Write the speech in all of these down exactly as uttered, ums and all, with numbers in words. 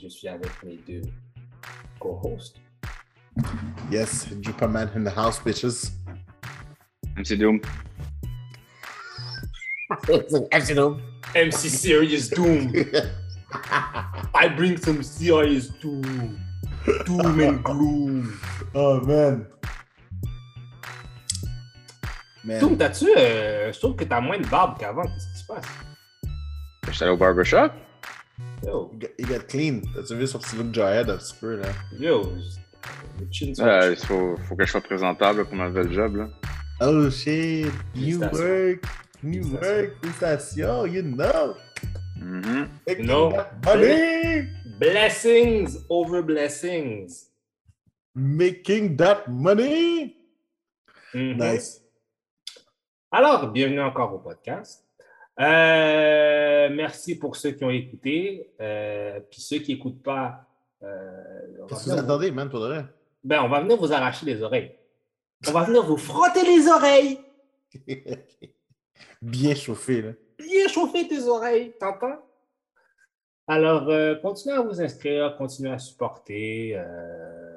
je suis avec mes deux co-hosts. Yes, Jupaman in the house, bitches. M C Doom. M C Doom. M C Serious Doom. I bring some serious doom. Doom and gloom. Oh, man. Man. Doom, t'as-tu... Euh, je trouve que t'as moins de barbe qu'avant. Qu'est-ce qui se passe? J'étais allé au barbershop. Yo, Il got, il got clean. T'as-tu vu son petit look Jarhead un petit peu, là? yo. Le chin sur Euh, le il faut, faut que je sois présentable pour ma nouvelle job, là. Oh, shit. New Félicitations. work. New Félicitations. work. Félicitations. You know. Mm-hmm. Making know. that money. Blessings over blessings. Making that money. Mhm. Nice. Alors, bienvenue encore au podcast. Euh, merci pour ceux qui ont écouté. Euh, puis ceux qui n'écoutent pas, euh, on va Qu'est-ce que vous venir attendez, man, pour de vrai? ben, on va venir vous arracher les oreilles. On va venir vous frotter les oreilles. Bien chauffé, là. Bien chauffer tes oreilles, t'entends? Alors, euh, continuez à vous inscrire, continuez à supporter. Euh...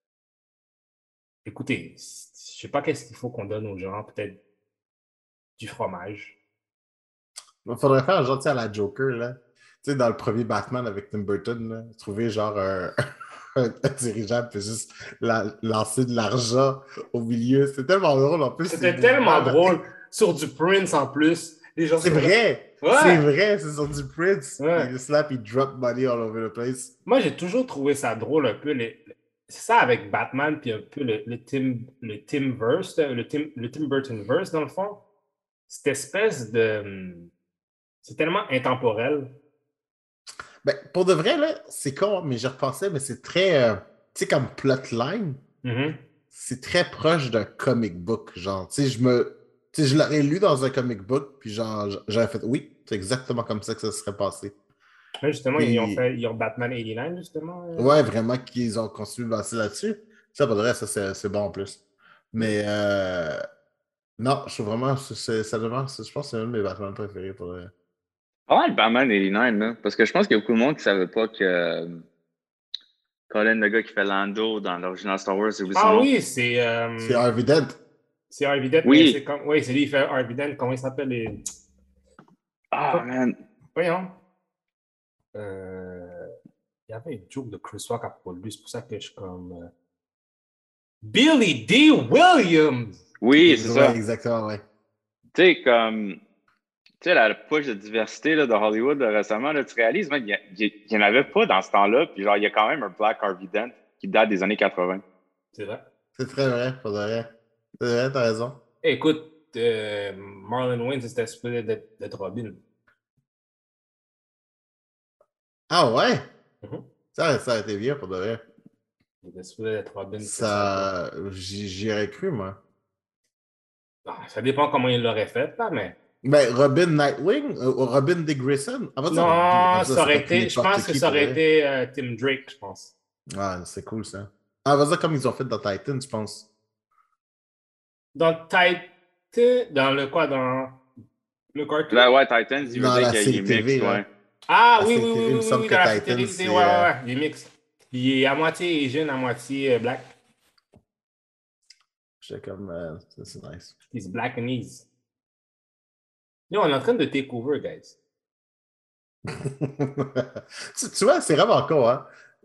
Écoutez, je ne sais pas qu'est-ce qu'il faut qu'on donne aux gens, peut-être du fromage. Il faudrait faire un genre, tu sais, à la Joker, là. Tu sais, dans le premier Batman avec Tim Burton, là, trouver genre un, un dirigeable puis juste la- lancer de l'argent au milieu. C'était tellement drôle, en plus. C'était c'est- tellement drôle, sur du Prince en plus. Les gens C'est sont là. vrai! Ouais. C'est vrai, c'est sur du Prince. Ouais. Il slap, il drop money all over the place. Moi, j'ai toujours trouvé ça drôle un peu. Les... C'est ça avec Batman, puis un peu le, le Tim, le Timverse, le Tim, le Tim Burtonverse, dans le fond. Cette espèce de... C'est tellement intemporel. Ben, pour de vrai, là, c'est con, mais j'y repensais, mais c'est très, euh, tu sais, comme plotline, Mhm. c'est très proche d'un comic book, genre, tu sais, je me, tu sais, je l'aurais lu dans un comic book, puis genre, j'aurais fait, oui, c'est exactement comme ça que ça serait passé. Là, justement, Puis- ils ont fait ils ont Batman quatre-vingt-dix, justement. euh. Ouais, vraiment qu'ils ont construit basé là-dessus. Ça, pour de vrai, ça, c'est c'est bon en plus. Mais, euh, non, je trouve vraiment, c'est- ça demande, je pense que c'est un de mes Batman préférés, pour de vrai. Pas mal Batman quatre-vingt-dix, là. Parce que je pense qu'il y a beaucoup de monde qui ne savait pas que euh, Colin, le gars qui fait Lando dans l'original Star Wars, c'est lui son Ah nom. oui, c'est... euh, C'est Harvey Dent. C'est Harvey Dent. Oui. mais c'est comme... Oui, c'est lui qui fait Harvey Dent. Comment il s'appelle? Les... Ah, man. Voyons. Euh... Il y avait une joke de Chris Rock à propos de lui. C'est pour ça que je suis comme... euh, Billy D. Williams! Oui, c'est Ouais, ça. exactement, ouais. Tu sais, comme. Tu sais, la push de diversité là, de Hollywood là, récemment, là, tu réalises, il n'y en avait pas dans ce temps-là. Puis, genre, il y a quand même un Black Harvey Dent qui date des années quatre-vingt. C'est vrai. C'est très vrai, pour de vrai. C'est vrai, t'as raison. Écoute, euh, Marlon Wayne, c'était supposé d'être d'être Robin. Ah ouais? Mhm. Ça, ça a été bien pour de vrai. C'était supposé d'être Robin. c'est Ça, j'y j'y aurais cru, moi. Ah, ça dépend comment il l'aurait fait, là, mais... Ben, Robin Nightwing euh, ou Robin Dick Grayson? Ah, pas Non, ah, ça aurait pu être été... Je n'importe pense que qui, ça pour aurait vrai. été euh, Tim Drake, je pense. Ah, c'est cool, ça. Ah, vas-y, comme ils ont fait dans Titan, je pense. Dans Titan... Dans le quoi? Dans le cartoon? Là, ouais, Titans, il veut Dans dire la qu'il série est T V, mixte, là. ouais. Ah La oui, série oui, T V, oui, il me oui, semble oui, que dans la Titan, série, c'est, ouais, ouais, euh, ouais, il est mix. Il est à moitié Asian, à moitié euh, black. J'étais comme, euh, ça, c'est nice. He's black and he's... Yo, on est en train de take over, guys. tu, tu vois, c'est vraiment con, hein?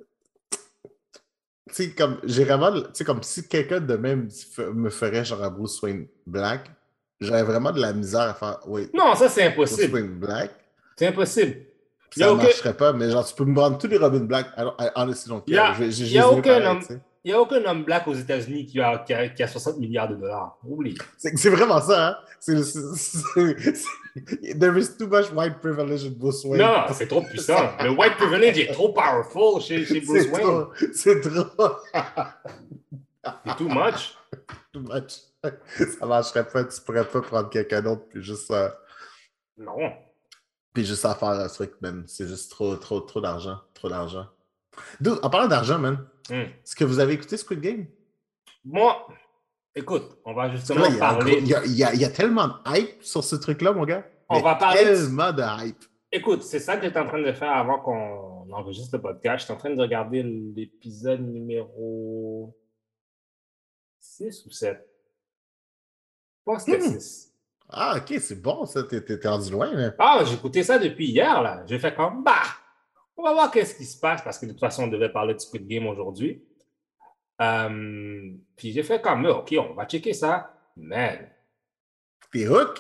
Tu sais, comme, j'ai vraiment, tu sais, comme si quelqu'un de même f- me ferait genre un Bruce Wayne black, j'aurais vraiment de la misère à faire, oui, Non, ça, c'est Bruce impossible. Wayne black, C'est impossible. puis Il y a ça aucun- marcherait pas, mais genre, tu peux me prendre tous les Robin black, alors, honestly, donc, Il y a, je, je, il je y a les aime aucun pareil, homme, tu sais. il y a aucun homme black aux États-Unis qui a, qui, a, qui a soixante milliards de dollars. Oublie. C'est c'est vraiment ça, hein? C'est, c'est, c'est, c'est- there is too much white privilege in Bruce Wayne. Non, c'est trop puissant. Le white privilege est trop powerful chez, chez Bruce C'est Wayne. trop, c'est trop. C'est too much. Too much. Ça marcherait pas, tu pourrais pas prendre quelqu'un d'autre puis juste, euh, Non. puis juste à faire un truc, man. C'est juste trop, trop, trop d'argent. Trop d'argent. Dude, en parlant d'argent, man, Hmm. est-ce que vous avez écouté Squid Game? Moi, écoute, on va Parce que justement là, il y, a un parler. gros- il, y a, il, y a, il y a tellement de hype sur ce truc-là, mon gars. On Mais va parler de- tellement de hype. écoute, c'est ça que j'étais en train de faire avant qu'on enregistre le podcast. J'étais en train de regarder l'épisode numéro six ou sept. Je pense que c'était Hmm. six. Ah, ok, c'est bon, ça. T'es, t'es, t'es rendu loin, là. Ah, j'ai écouté ça depuis hier, là. J'ai fait comme, bah, on va voir qu'est-ce qui se passe, parce que de toute façon, on devait parler de Squid Game aujourd'hui. Euh, puis j'ai fait comme, OK, on va checker ça. Man, T'es hook?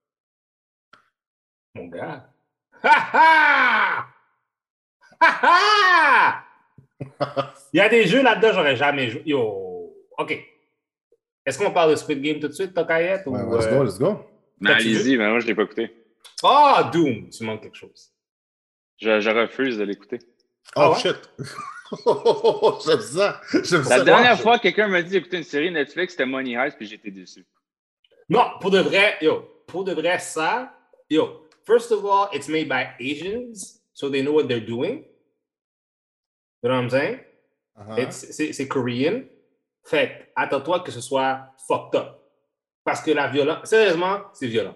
mon gars. Ha ha! Ha ha! Il y a des jeux là-dedans, j'aurais jamais joué. Yo, OK. Est-ce qu'on parle de Squid Game tout de suite, Tokayet? Ouais, ou, let's euh... go, let's go. Mais T'as-tu allez-y, vu? mais moi, je l'ai pas écouté. Oh, Doom! Tu manques quelque chose. Je, je refuse de l'écouter. Oh, Ah ouais? shit. J'aime ça. J'aime La ça. dernière Wow. fois que quelqu'un m'a dit d'écouter une série Netflix, c'était Money Heist, puis j'étais déçu. Non, pour de vrai, yo, pour de vrai, ça, yo, first of all, it's made by Asians, so they know what they're doing. You know what I'm saying? Uh-huh. It's- C'est c'est Korean. Fait, attends-toi que ce soit fucked up. Parce que la violence, sérieusement, c'est violent.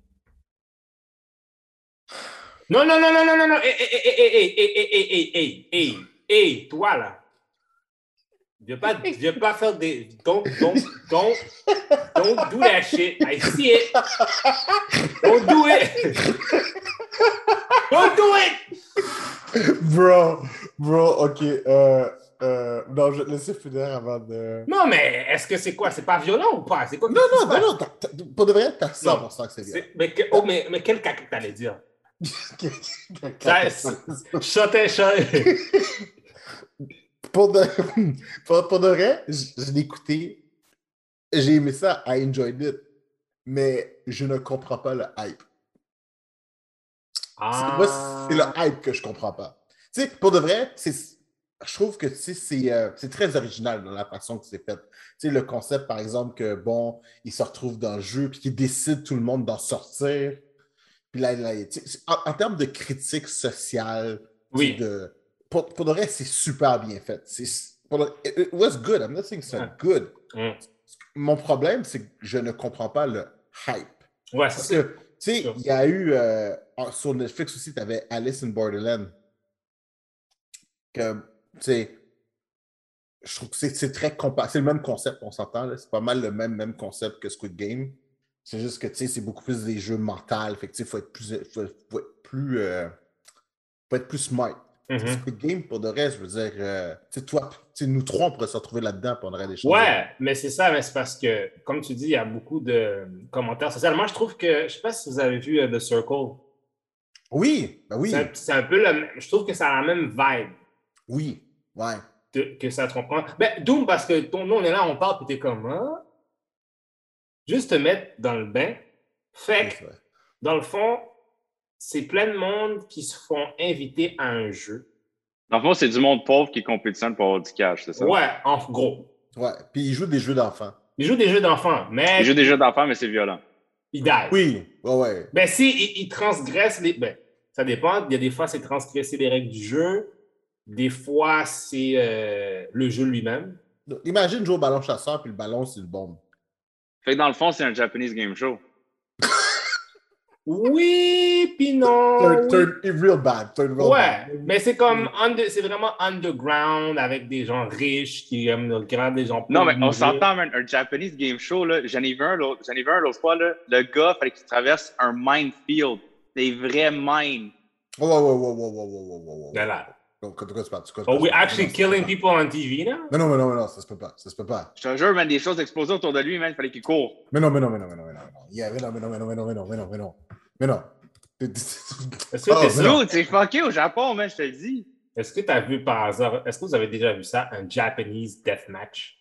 Non, non, non, non, non, non, non, hey, hey, hey, hey, hey, hey, hey, hey, hey, hey, hey, toi là. Je vais pas, je vais pas faire des, don't, don't, don't, don't do that shit. I see it. Don't do it. Don't do it. Bro, bro, ok. Euh, euh, non, je vais te laisser finir avant de. Non, mais est-ce que c'est quoi? C'est pas violent ou pas? C'est quoi? Non, qu'est-ce qui non, se non, passe? non. t'as- t'as- pour de vrai, t'as cent pour cent que c'est bien. C'est- Mais, que- oh, mais, mais quel caca que t'allais dire? Ça, c'est- Shot et shot. pour, de... pour, pour de vrai, je, je l'ai écouté. J'ai aimé ça. I enjoyed it. Mais je ne comprends pas le hype. C'est- Moi, c'est le Ah. hype que je comprends pas. Tu sais, pour de vrai, c'est, je trouve que tu sais, c'est, euh, c'est très original dans la façon que c'est fait. Tu sais, le concept, par exemple, que bon, il se retrouve dans le jeu, puis qu'il décide tout le monde d'en sortir. Puis là, là, tu sais, c'est- en, en termes de critique sociale, tu sais, Oui. de, pour, pour de vrai, c'est super bien fait. C'est, pour le- it, it was good. I'm not saying it's not good. Mm. Mon problème, c'est que je ne comprends pas le hype. Ouais, Parce c'est que, ça. tu sais, Sûr. il y a eu, euh, sur Netflix aussi, tu avais Alice in Borderland. Que, tu sais, je trouve que c'est, c'est très compa- c'est le même concept, on s'entend, là. C'est pas mal le même, même concept que Squid Game. C'est juste que, tu sais, c'est beaucoup plus des jeux mentaux. Fait que, tu sais, il faut être plus, faut, faut être plus, euh, faut être plus smart. Tu sais, Mhm. Squid Game, pour de reste, je veux dire, euh, tu sais, toi, tu sais, nous trois, on pourrait se retrouver là-dedans, puis on aurait des choses. à- Ouais, mais c'est ça, mais c'est parce que, comme tu dis, il y a beaucoup de commentaires sociaux. Moi, je trouve que, je sais pas si vous avez vu euh, The Circle. Oui, ben oui, C'est un, c'est un peu le même, je trouve que ça a la même vibe oui, ouais. de- que ça te comprend. Ben, Doom, parce que ton, nous, on est là, on parle, puis t'es comme, hein? Juste te mettre dans le bain. Fait que, C'est ça. dans le fond, c'est plein de monde qui se font inviter à un jeu. Dans le fond, c'est du monde pauvre qui compétitionne pour avoir du cash, c'est ça? Ouais, en gros. Ouais, puis ils jouent des jeux d'enfants. Ils jouent des jeux d'enfants, mais Ils jouent des jeux d'enfants, mais c'est violent. ils die. Oui, ouais, ouais. Ben, si ils, ils transgressent les. Ben, ça dépend. Il y a des fois, c'est transgresser les règles du jeu. Des fois, c'est euh, le jeu lui-même. Donc, imagine jouer au ballon chasseur, puis le ballon, c'est le bombe. Fait que dans le fond, c'est un Japanese game show. Oui, puis non. Turn, oui. turn real bad. Turn real Ouais, bad. mais c'est comme. under- c'est vraiment underground avec des gens riches qui aiment qui regardent des gens Non, mais pauvres on jouer. s'entend, man. Un Japanese game show, là, j'en ai vu un l'autre, j'en ai vu un l'autre fois, là. Le gars, fallait qu'il traverse un minefield. Des vrais mines. Oh, ouais, ouais, ouais, ouais, ouais, ouais, ouais, ouais, ouais. Voilà. Donc, de quoi tu parles? De quoi tu Are we parles? actually Non, ça se peut killing pas. people on T V now? Mais non, mais non, mais non, ça se peut pas. Ça se peut pas. Je te jure, man, des choses explosées autour de lui, man. Il fallait qu'il court. Mais non, mais non, mais non, mais non, mais non, mais non. Yeah, mais non, mais non, mais non, mais non, mais non, mais non, mais non. Mais non. Est-ce que Oh, t'es mais sûr? non. Dude, c'est fucké au Japon, man, je te le dis. Est-ce que tu as vu par hasard, est-ce que vous avez déjà vu ça, un Japanese deathmatch?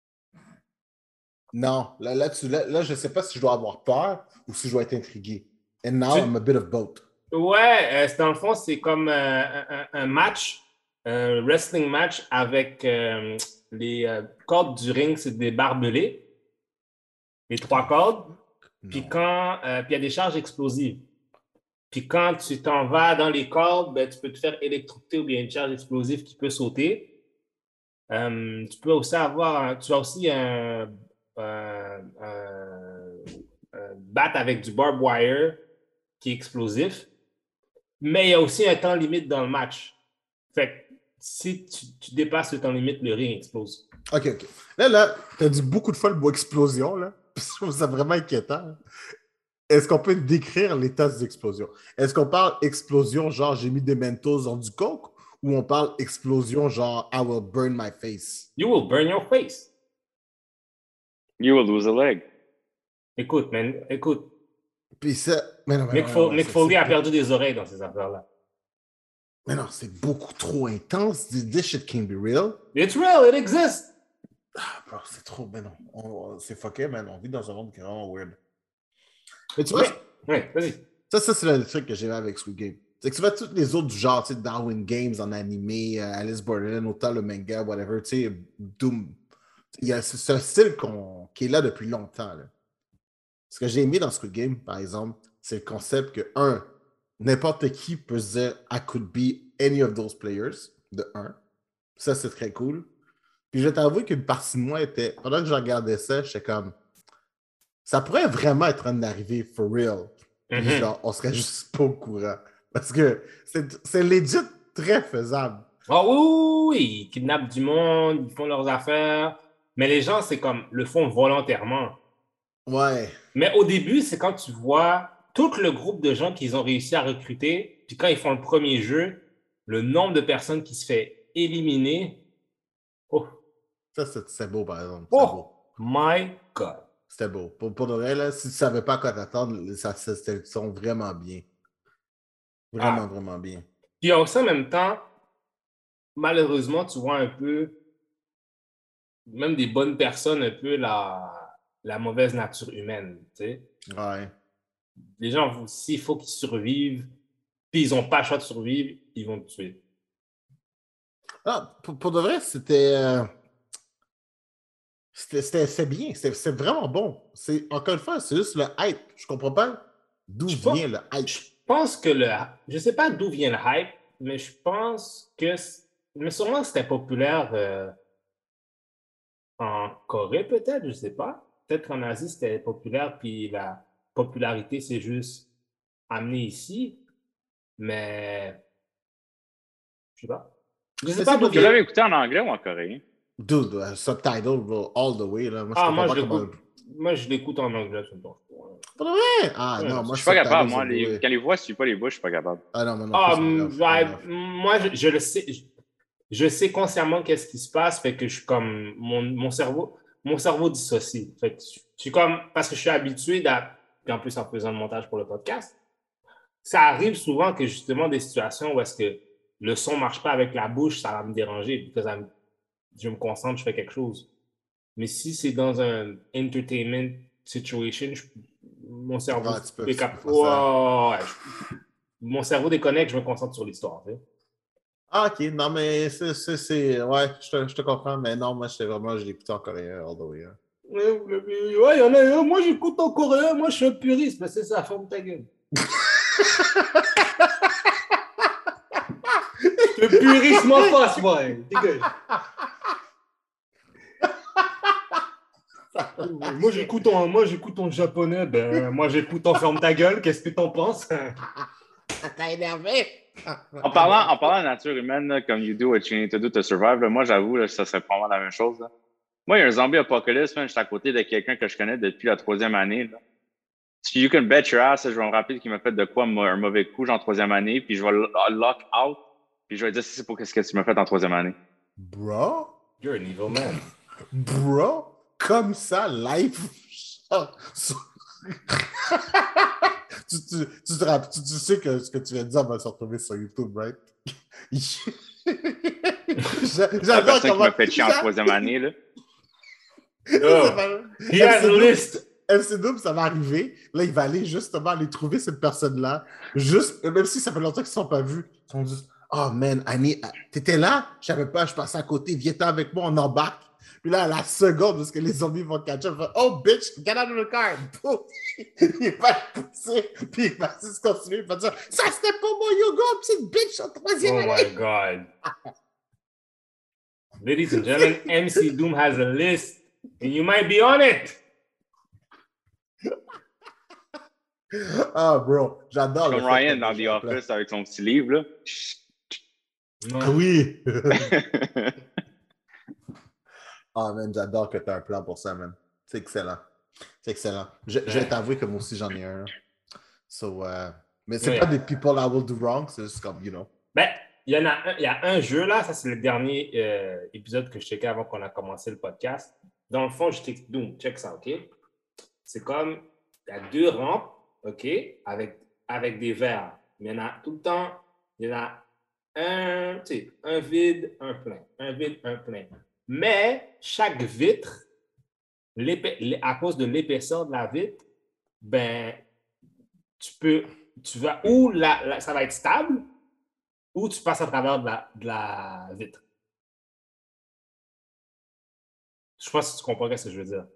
Non, là, là, tu, là, là, je sais pas si je dois avoir peur ou si je dois être intrigué. And now, Tu- I'm a bit of both. Ouais, euh, c'est- dans le fond, c'est comme euh, un, un match, un wrestling match avec euh, les euh, cordes du ring, c'est des barbelés, les trois cordes. Puis Non. quand, euh, puis il y a des charges explosives. Puis quand tu t'en vas dans les cordes, ben, tu peux te faire électrocuter ou bien une charge explosive qui peut sauter. Euh, tu peux aussi avoir, un- tu as aussi un, un, un- un bat avec du barbed wire qui est explosif. Mais il y a aussi un temps limite dans le match. Fait que si tu, tu dépasses le temps limite, le ring explose. OK, OK. Là, là, t'as dit beaucoup de fois le mot explosion, là. Je trouve ça vraiment inquiétant. Est-ce qu'on peut décrire l'état d'explosion? Est-ce qu'on parle explosion genre j'ai mis des Mentos dans du coke ou on parle explosion genre I will burn my face? You will burn your face. You will lose a leg. Écoute, man, écoute. Puis ça. Mais non, mais Mick, non, Fo- mais non, Mick c'est- Foley c'est a beau- perdu des oreilles dans ces affaires-là. Mais non, c'est beaucoup trop intense. This this shit can be real. It's real, it exists. Ah, bro, c'est trop. Mais non, on- on- c'est fucké, man. On vit dans un monde qui est vraiment weird. Mais tu vois, Ouais, vas-y. ça, ça c'est le truc que j'aimais avec Squid Game. C'est que tu vois tous les autres du genre, tu sais, Darwin Games en animé, euh, Alice Borderland, autant le manga, whatever, tu sais, Doom. Il y a ce, ce style qu'on- qui est là depuis longtemps. Là. Ce que j'ai aimé dans Squid Game, par exemple, c'est le concept que, un, n'importe qui peut se dire I could be any of those players, de un. Ça, c'est très cool. Puis je vais t'avouer qu'une partie de moi était, pendant que je regardais ça, j'étais comme, ça pourrait vraiment être en train d'arriver for real. Puis Mhm. genre, on serait juste pas au courant. Parce que c'est c'est legit très faisable. Oh oui, oui, ils kidnappent du monde, ils font leurs affaires. Mais les gens, c'est comme, le font volontairement. Ouais. Mais au début, c'est quand tu vois tout le groupe de gens qu'ils ont réussi à recruter, puis quand ils font le premier jeu, le nombre de personnes qui se fait éliminer. Oh, Ça, c'est c'est beau, par exemple. C'était beau. oh my God. C'était beau. Pour, pour de vrai, là, si tu savais pas à quoi t'attendre, ça, ça, c'était- ils sont vraiment bien. Vraiment, Ah. vraiment bien. Puis aussi, en même temps, malheureusement, tu vois un peu, même des bonnes personnes, un peu la, la mauvaise nature humaine, tu sais. Ouais. Les gens, s'il faut qu'ils survivent, puis ils n'ont pas le choix de survivre, ils vont te tuer. Ah, pour, pour de vrai, c'était. euh, C'était c'était- c'était bien. C'était c'était vraiment bon. C'est, encore une fois, c'est juste le hype. Je comprends pas d'où Je pense- vient le hype. Je pense que le. Je sais pas d'où vient le hype, mais je pense que. c- Mais sûrement c'était populaire euh, en Corée, peut-être, je sais pas. Peut-être qu'en Asie, c'était populaire, puis la popularité s'est juste amenée ici. Mais. Je sais pas. Je sais Mais pas c'est d'où pas- Tu vient. l'avais écouté en anglais ou en coréen? Dude, uh, subtitle, bro, all the way. Là. Moi, je Ah, comprends moi, pas je comment. l'écoute. Moi, je l'écoute en anglais, c'est bon. Pour de vrai? Ah Ouais, non, moi, Je suis pas capable, subtitles moi. all the Les- way. Quand les voix ne suivent pas les bouches, je suis pas capable. Ah non, moi non Ah, plus, c'est hum, enough, ouais, enough. moi, je, je le sais. Je, je sais consciemment qu'est-ce qui se passe, fait que je suis comme. Mon, mon cerveau, mon cerveau dissocie. Fait que je, je suis comme. Parce que je suis habitué, d'à, puis en plus en faisant le montage pour le podcast, ça arrive souvent que justement des situations où est-ce que le son ne marche pas avec la bouche, ça va me déranger, parce que je me concentre, je fais quelque chose. Mais si c'est dans un entertainment situation, je- mon cerveau Ouais, tu peux- décap- tu peux faire ça. Ouais, ouais, je- mon cerveau déconnecte, je me concentre sur l'histoire. Tu sais. Ah, ok, non, mais c'est. c'est- c'est- Ouais, je te, je te comprends, mais non, moi, j'étais vraiment, je l'écoutais en coréen all the way. hein. Ouais, il y en a un. Moi, j'écoute en coréen. Moi, je suis un puriste. Mais c'est ça, ferme ta gueule. Le puriste m'en face, moi. hein. Dégage. Moi, j'écoute en, moi, j'écoute en japonais. Ben, moi, j'écoute en ferme ta gueule. Qu'est-ce que t'en penses? Ça t'a énervé? En parlant, en parlant de nature humaine, là, comme you do what you need to do to survive, là, moi, j'avoue, là, ça serait probablement la même chose. Là. Moi, il y a un zombie apocalypse, man, je suis à côté de quelqu'un que je connais depuis la troisième année. Là. You can bet your ass, je vais me rappeler qu'il m'a fait de quoi un mauvais coup, genre en troisième année, puis je vais le lock out, puis je vais dire si c'est pour qu'est-ce que tu m'as fait en troisième année. Bro? You're an evil man. Bro? Comme ça, live? tu, tu, tu, te rappelles, tu, tu sais que ce que tu viens de dire va se retrouver sur YouTube, right? La J'adore personne qui comment... m'a fait chier en troisième année, là. Oh. He has a list. M C Double, ça va arriver. Là, il va aller justement aller trouver cette personne-là. Juste, même si ça fait longtemps qu'ils ne sont pas vus. Ils sont juste, oh man, Annie, t'étais là? Je savais pas, je passais à côté. Viens-t'en avec moi, on embarque. Puis là, à la seconde, parce que les zombies vont catch up, fait, oh bitch, get out of the car. Boum. Il va le pousser. Puis il va juste continuer. Il va dire, ça c'était pas mon yoga, petite bitch, en troisième Oh année. my God. Ladies and gentlemen, M C Doom has a list, and you might be on it. Ah, bro, j'adore Comme le fait Ryan que dans les The gens appellent. Office avec son petit livre, là. Ah oui! Ah, man, j'adore que tu as un plan pour ça, man. C'est excellent. C'est excellent. Je, je vais Ouais. t'avouer que moi aussi, j'en ai un. So, euh, mais c'est Oui. pas des people I will do wrong, c'est juste comme, you know. Ben, il y en a un, il y a un jeu là, ça c'est le dernier euh, épisode que je checkais avant qu'on a commencé le podcast. Dans le fond, je t'explique, donc, check ça, OK? C'est comme, il y a deux rampes, OK, avec, avec des verres. Mais il y en a tout le temps, il y en a un, tu sais, un vide, un plein, un vide, un plein. Mais chaque vitre, à cause de l'épaisseur de la vitre, ben, tu peux, tu vas, ou la, la, ça va être stable, ou tu passes à travers de la, de la vitre. Je pense que tu comprends ce que je veux dire.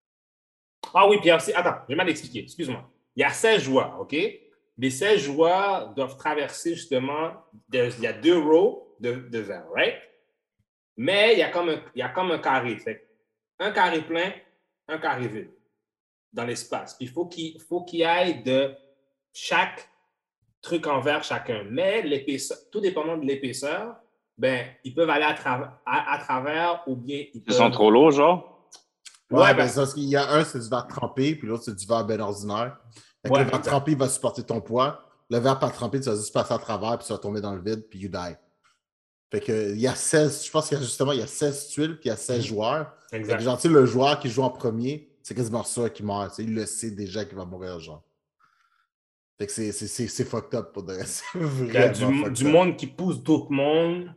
Ah oui, puis aussi, attends, j'ai mal expliqué, excuse-moi. Il y a seize joueurs, OK? Les seize joueurs doivent traverser justement, il y a deux rows de, de verre, right? Mais il y a comme un, il y a comme un carré. Fait un carré plein, un carré vide dans l'espace. Puis il faut qu'il faut qu'il y ait de chaque truc en verre chacun. Mais l'épaisseur, tout dépendant de l'épaisseur, ben, ils peuvent aller à, tra à, à travers ou bien ils Ils peuvent. sont trop lourds, genre? Ouais, Ouais, ben, parce... c'est parce qu'il y a un, c'est du verre trempé, puis l'autre, c'est du verre ben ordinaire. Fait que ouais, le verre exact. trempé va supporter ton poids. Le verre pas trempé, tu vas juste passer à travers, puis tu vas tomber dans le vide, puis you die. Fait que, il y a seize, je pense qu'il y a justement, il y a seize tuiles, puis il y a seize joueurs. Exact. Fait que, genre, tu sais, le joueur qui joue en premier, c'est quasiment ça qui meurt. Tu sais, il le sait déjà qu'il va mourir, genre. Fait que c'est fucked up pour de rester. Il y a du, du monde qui pousse d'autres monde.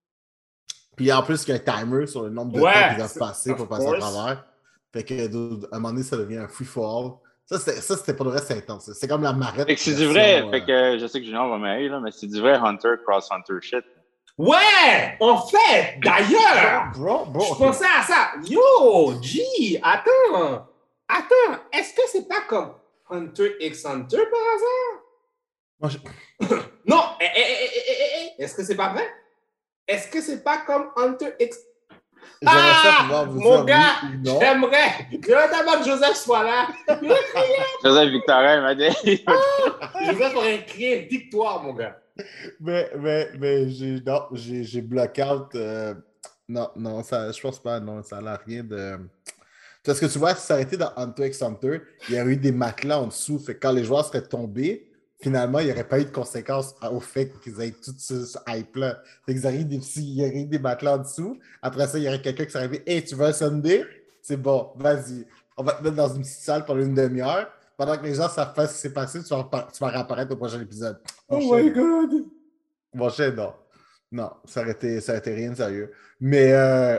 Puis en plus, il y a un timer sur le nombre de ouais, temps qu'ils doivent passer pour passer course. à travers. Fait que, à un moment donné, ça devient un free-for-all. Ça, c'était pour le reste intense. C'est comme la marette. Fait que c'est version, du vrai, euh... fait que je sais que Junior va m'aider, là, mais c'est du vrai Hunter cross Hunter shit. Ouais! En fait, d'ailleurs, bro, bro, bro, je okay. pensais à ça. Yo, G, attends. Attends, est-ce que c'est pas comme Hunter x Hunter par hasard? Moi, je... non, eh, eh, eh, eh, eh, eh. Est-ce que c'est pas vrai? Est-ce que c'est pas comme Hunter x... J'aimerais ah, ça pouvoir vous mon dire gars, oui ou non. J'aimerais. J'aimerais tellement que Joseph soit là. Joseph Victorin m'a dit. ah, Joseph aurait crié victoire, mon gars. Mais, mais, mais j'ai, non, j'ai, j'ai block out. Euh, non, non, ça, je pense pas, non, ça n'a rien de. Parce que tu vois, si ça aurait été dans Hunter x Hunter, il y aurait eu des matelas en dessous. Fait que quand les joueurs seraient tombés, finalement, il n'y aurait pas eu de conséquences au fait qu'ils aient tout ce, ce hype-là. Fait qu'ils arrivent des petits, il y aurait eu des matelas en dessous. Après ça, il y aurait quelqu'un qui serait arrivé. Hey, tu veux un Sunday? C'est bon, vas-y. On va te mettre dans une petite salle pendant une demi-heure. Pendant que les gens savent pas ce qui s'est passé, tu vas, tu vas réapparaître au prochain épisode. Oh my god! Mon chien, non. Non, ça aurait été, ça aurait été rien de sérieux. Mais euh...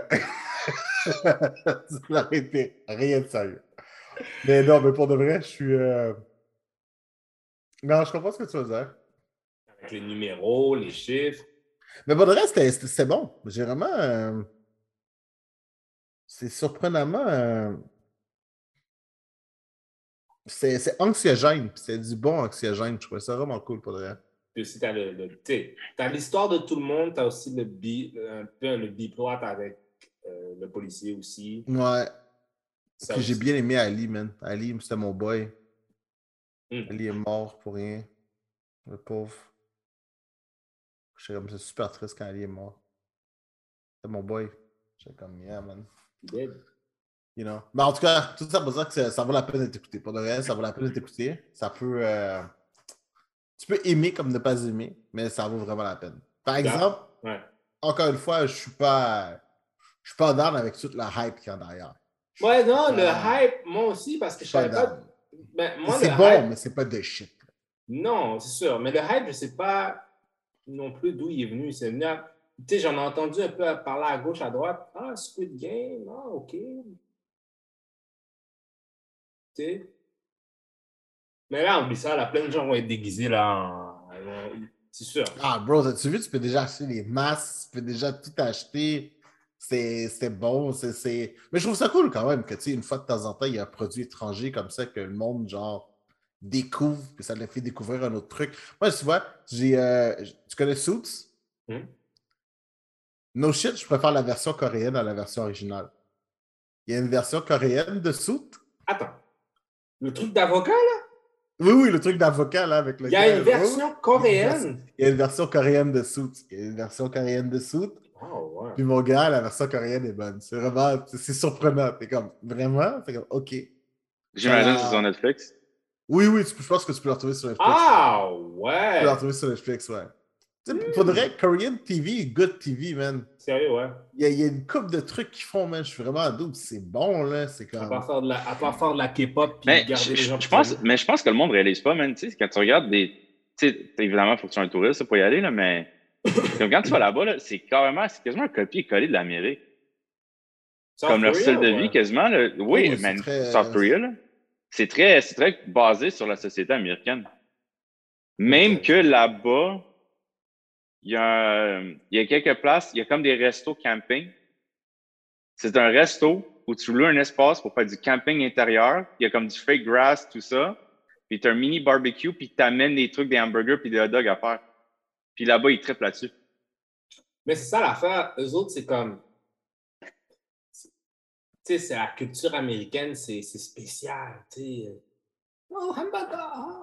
ça aurait été rien de sérieux. Mais non, mais pour de vrai, je suis. Euh... Non, je comprends ce que tu veux dire. Avec les numéros, les chiffres. Mais pour de vrai, c'était bon. J'ai vraiment. Euh... C'est surprenamment. Euh... C'est anxiogène. C'est du bon anxiogène. Je trouvais ça vraiment cool pour de vrai. Puis aussi, t'as le, le tu as l'histoire de tout le monde, t'as aussi le bi, un peu le biplot avec euh, le policier aussi. Ouais. Ça Puis j'ai aussi. bien aimé Ali, man. Ali, c'était mon boy. Mm. Ali est mort pour rien. Le pauvre. Je suis comme, c'est super triste quand Ali est mort. C'était mon boy. J'étais comme, yeah, man. Dead. You know. Mais en tout cas, tout ça pour dire que ça, ça vaut la peine d'être écouté. Pour de vrai, ça vaut la peine d'être écouté. Ça peut. Euh... Tu peux aimer comme ne pas aimer, mais ça vaut vraiment la peine. Par exemple, ouais. encore une fois, je suis pas. Je suis pas down avec toute la hype qu'il y a derrière. Ouais, non, le pas... hype, moi aussi, parce que je savais pas. Ben, c'est bon, hype... mais c'est pas de shit. Non, c'est sûr. Mais le hype, je sais pas non plus d'où il est venu. C'est venu à... Tu sais, j'en ai entendu un peu parler à gauche, à droite. Ah, Squid Game, ah, OK. Tu sais. Mais là, oublie ça, là, plein de gens vont être déguisés, là, en... c'est sûr. Ah, bro, as-tu vu, tu peux déjà acheter les masques, tu peux déjà tout acheter. C'est bon, c'est... Mais je trouve ça cool quand même que, tu sais, une fois de temps en temps, il y a un produit étranger comme ça que le monde, genre, découvre, puis ça le fait découvrir un autre truc. Moi, tu vois, j'ai... Euh... Tu connais Suits? Hmm? No shit, je préfère la version coréenne à la version originale. Il y a une version coréenne de Suits. Attends. Le truc d'avocat, là? Oui, oui, le truc d'avocat, là, avec le Il y a gars. une version Oui, coréenne. il y a une version coréenne de Suits. Il y a une version coréenne de Suits. Oh, ouais. Puis mon gars, la version coréenne est bonne. C'est vraiment, c'est surprenant. T'es comme, vraiment? T'es comme, OK. J'imagine que c'est La... sur Netflix. Oui, oui, tu, je pense que tu peux la retrouver sur Netflix. Ah, Ouais. Tu peux ouais. la retrouver sur Netflix, ouais. Tu sais, pour de vrai, Korean T V, good T V, man. Sérieux, ouais. Il y, a, il y a une couple de trucs qu'ils font, man. Je suis vraiment ado, c'est bon, là. C'est À comme... part faire de la, à part faire de la K-pop puis Mais garder je, les gens je pense, mais je pense que le monde ne réalise pas, man. Tu sais, quand tu regardes des. Tu sais, évidemment, il faut que tu sois un touriste pour y aller, là, mais comme quand tu vas là-bas, là, c'est carrément, c'est quasiment un copier-coller de l'Amérique. South Comme leur Korea, style de ouais. vie, quasiment. Là. Oui, Oh, c'est man, très- South Korea, là. C'est très, c'est très basé sur la société américaine. Même que Intéressant. là-bas, il y, a, il y a quelques places, il y a comme des restos camping. C'est un resto où tu loues un espace pour faire du camping intérieur. Il y a comme du fake grass, tout ça. Puis tu as un mini barbecue, puis tu amènes des trucs, des hamburgers, puis des hot dogs à faire. Puis là-bas, ils trippent là-dessus. Mais c'est ça l'affaire. Eux autres, c'est comme. Tu sais, c'est la culture américaine, c'est c'est spécial. Tu sais. Oh, hamburger!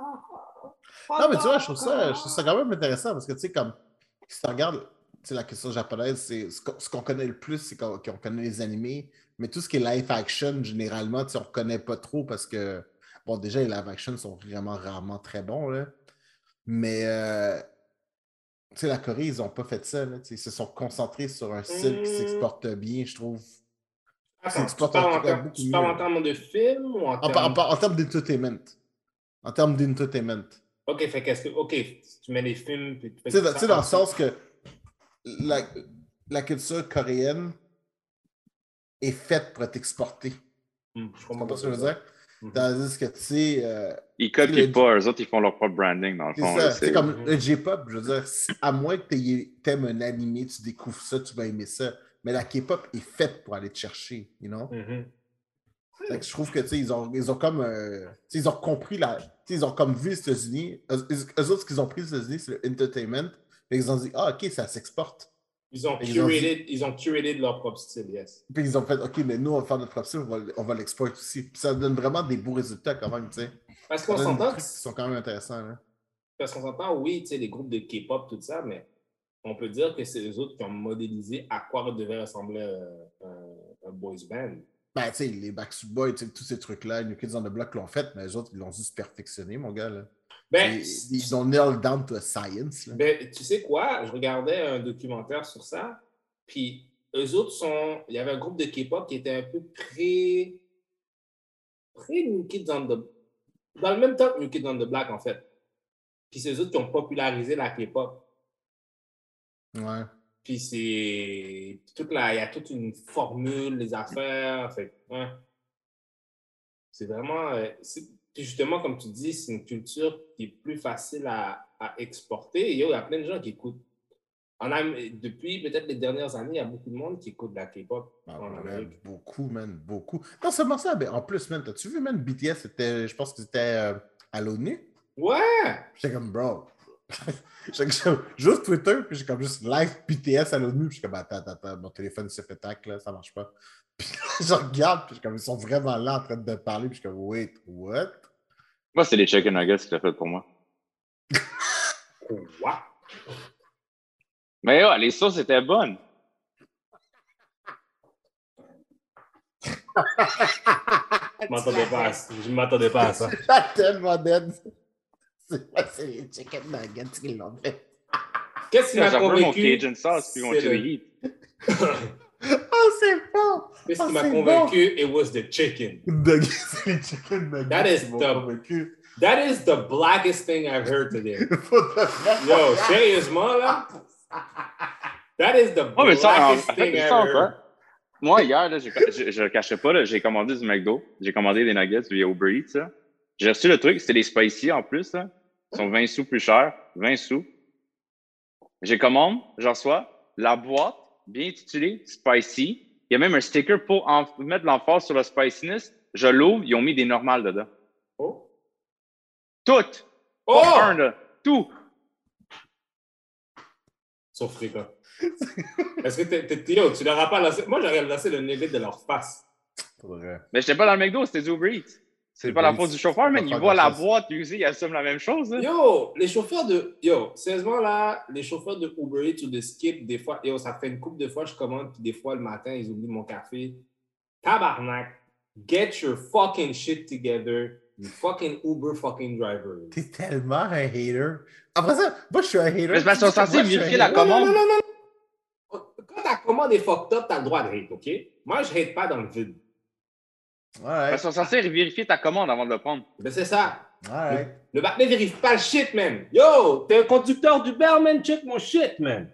Non, mais tu vois, je trouve ça, je trouve ça quand même intéressant parce que, tu sais, comme, si tu regardes, tu sais, la question japonaise, c'est ce qu'on ce qu'on connaît le plus, c'est qu'on qu'on connaît les animés, mais tout ce qui est live action, généralement, tu sais, on ne connaît pas trop parce que, bon, déjà, les live action sont vraiment rarement très bons, là. Mais, euh, tu sais, la Corée, ils n'ont pas fait ça, là. Tu sais, ils se sont concentrés sur un style qui Hmm. s'exporte bien, je trouve. Qui Attends, tu s'exporte en parles tout en, cas ter- beaucoup tu parles en mieux. termes de film ou en En, par- en termes. par- en termes d'entertainment. En termes d'entertainment. Ok, fait qu'est-ce que. Ok, tu mets des films, puis tu Tu fais sais, dans- tu sais, dans ça le aussi. sens que la, la culture coréenne est faite pour être exportée. Hmm, je Tu comprends comprends pas ce que je ça. veux dire? Mhm. Tandis que, tu sais, euh, Ils tu sais, copient le- pas. Eux autres, ils font leur propre branding, dans le c'est fond. Là, ça. C'est c'est... comme Mhm. le J-pop, je veux dire, si- à moins que tu aimes un animé, tu découvres ça, tu vas aimer ça. Mais la K-pop est faite pour aller te chercher, you know? Mhm. Fait que je trouve que, tu sais, ils ont, ils ont comme, euh, tu sais, ils ont compris la, tu sais, ils ont comme vu les États-Unis. Eux, eux autres, ce qu'ils ont pris les États-Unis, c'est le entertainment. Fait ils ont dit, ah, OK, ça s'exporte. Ils ont Fait qu'ils ont dit- curated, ils ont curated leur propre style, yes. Puis ils ont fait, OK, mais nous, on va faire notre propre style, on va, on va l'exporter aussi. Puis ça donne vraiment des beaux résultats quand même, tu sais. Parce Ça qu'on donne des s'entend, trucs qui sont quand même intéressants. Là. parce qu'on s'entend, oui, tu sais, les groupes de K-pop, tout ça, mais on peut dire que c'est eux autres qui ont modélisé à quoi devait ressembler un, un, un boys band. Ben, tu sais, les Backstreet Boys, tu sais, tous ces trucs-là, New Kids on the Block l'ont fait, mais les autres, ils l'ont juste perfectionné, mon gars. Là. Ben, Ils, ils ont nailed down to a science. Là. ben, tu sais quoi? Je regardais un documentaire sur ça, puis eux autres sont. Il y avait un groupe de K-pop qui était un peu près. près New Kids on the. Dans le même temps que New Kids on the Black, en fait. Puis c'est eux autres qui ont popularisé la K-pop. Ouais. Puis c'est. Toute la... Il y a toute une formule, les affaires. Fait, ouais. C'est vraiment. euh, c'est- Puis justement, comme tu dis, c'est une culture qui est plus facile à, à exporter. Et yo, il y a plein de gens qui écoutent. En Am- Depuis peut-être les dernières années, il y a beaucoup de monde qui écoute de la K-pop Ah, en ouais, Amérique. beaucoup, man, beaucoup. Non seulement ça, mais en plus, man, t'as-tu vu, man, B T S, c'était, je pense que c'était euh, à l'ONU? Ouais! J'étais comme, bro. J'étais comme, juste Twitter, puis j'ai comme juste live B T S à l'ONU, puis je suis comme, attends, attends, attends, mon téléphone se fait tac, là, ça marche pas. Puis je regarde, puis je suis comme, ils sont vraiment là en train de parler, puis je suis comme, wait, what? Moi, c'est les chicken nuggets qui l'ont fait pour moi. Quoi? Mais ouais, les sauces étaient bonnes. Je m'attendais pas à ça. Je m'attendais pas à ça. J'étais tellement dead. C'est c'est les chicken nuggets qui l'ont fait. Qu'est-ce qui J'ai m'a un peu mon convaincu? Cajun sauce puis mon C'est chili le- heat. Oh, c'est bon! Qu'est-ce Oh, qui m'a c'est convaincu? It was the chicken. bon. C'est les chicken nuggets That is qui m'ont the- convaincu. That is the blackest thing I've heard today. Faut de vrai. Yo, sérieusement, là? That is the Ouais, mais ça, en blackest fait, thing mais I've ça, en heard. fait, moi, hier, là, j'ai- je je le cachais pas, là, j'ai commandé du McDo. J'ai commandé des nuggets via Uber Eats. là. J'ai reçu le truc, c'était des spicy en plus. Là. Ils sont vingt sous plus chers. vingt sous. J'ai commande, je reçois la boîte, bien intitulée Spicy. Il y a même un sticker pour en- mettre l'emphase sur le spiciness. Je l'ouvre, ils ont mis des normales dedans. Oh! Toutes! Oh! Pas un, là. Tout! Sauf fréquent. Est-ce que t'es, t'es, yo, tu leur as pas lancé? Moi, j'aurais lancé le nugget de leur face. Pour vrai. Mais j'étais pas dans le McDo, c'était du Uber Eats. C'est pas la faute du chauffeur, mais il voit la boîte usée, il assume la même chose. Hein. Yo, les chauffeurs de. Yo, sérieusement, là, les chauffeurs de Uber Eats ou de Skip, des fois, yo, ça fait une couple de fois, je commande, puis des fois, le matin, ils oublient mon café. Tabarnak, get your fucking shit together, you fucking Uber fucking driver. T'es tellement un hater. Après ça, moi, je suis un hater. Mais c'est parce qu'ils sont censés vérifier la commande. Non, non, non, non. Quand ta commande est fucked up, t'as le droit de hate, OK? Moi, je hate pas dans le vide. Ouais. Parce qu'ils sont censés vérifier ta commande avant de le prendre. Ben, c'est ça. Ouais. Le, le Batman vérifie pas le shit, man. Yo, t'es un conducteur d'Uber, man. Check mon shit, man.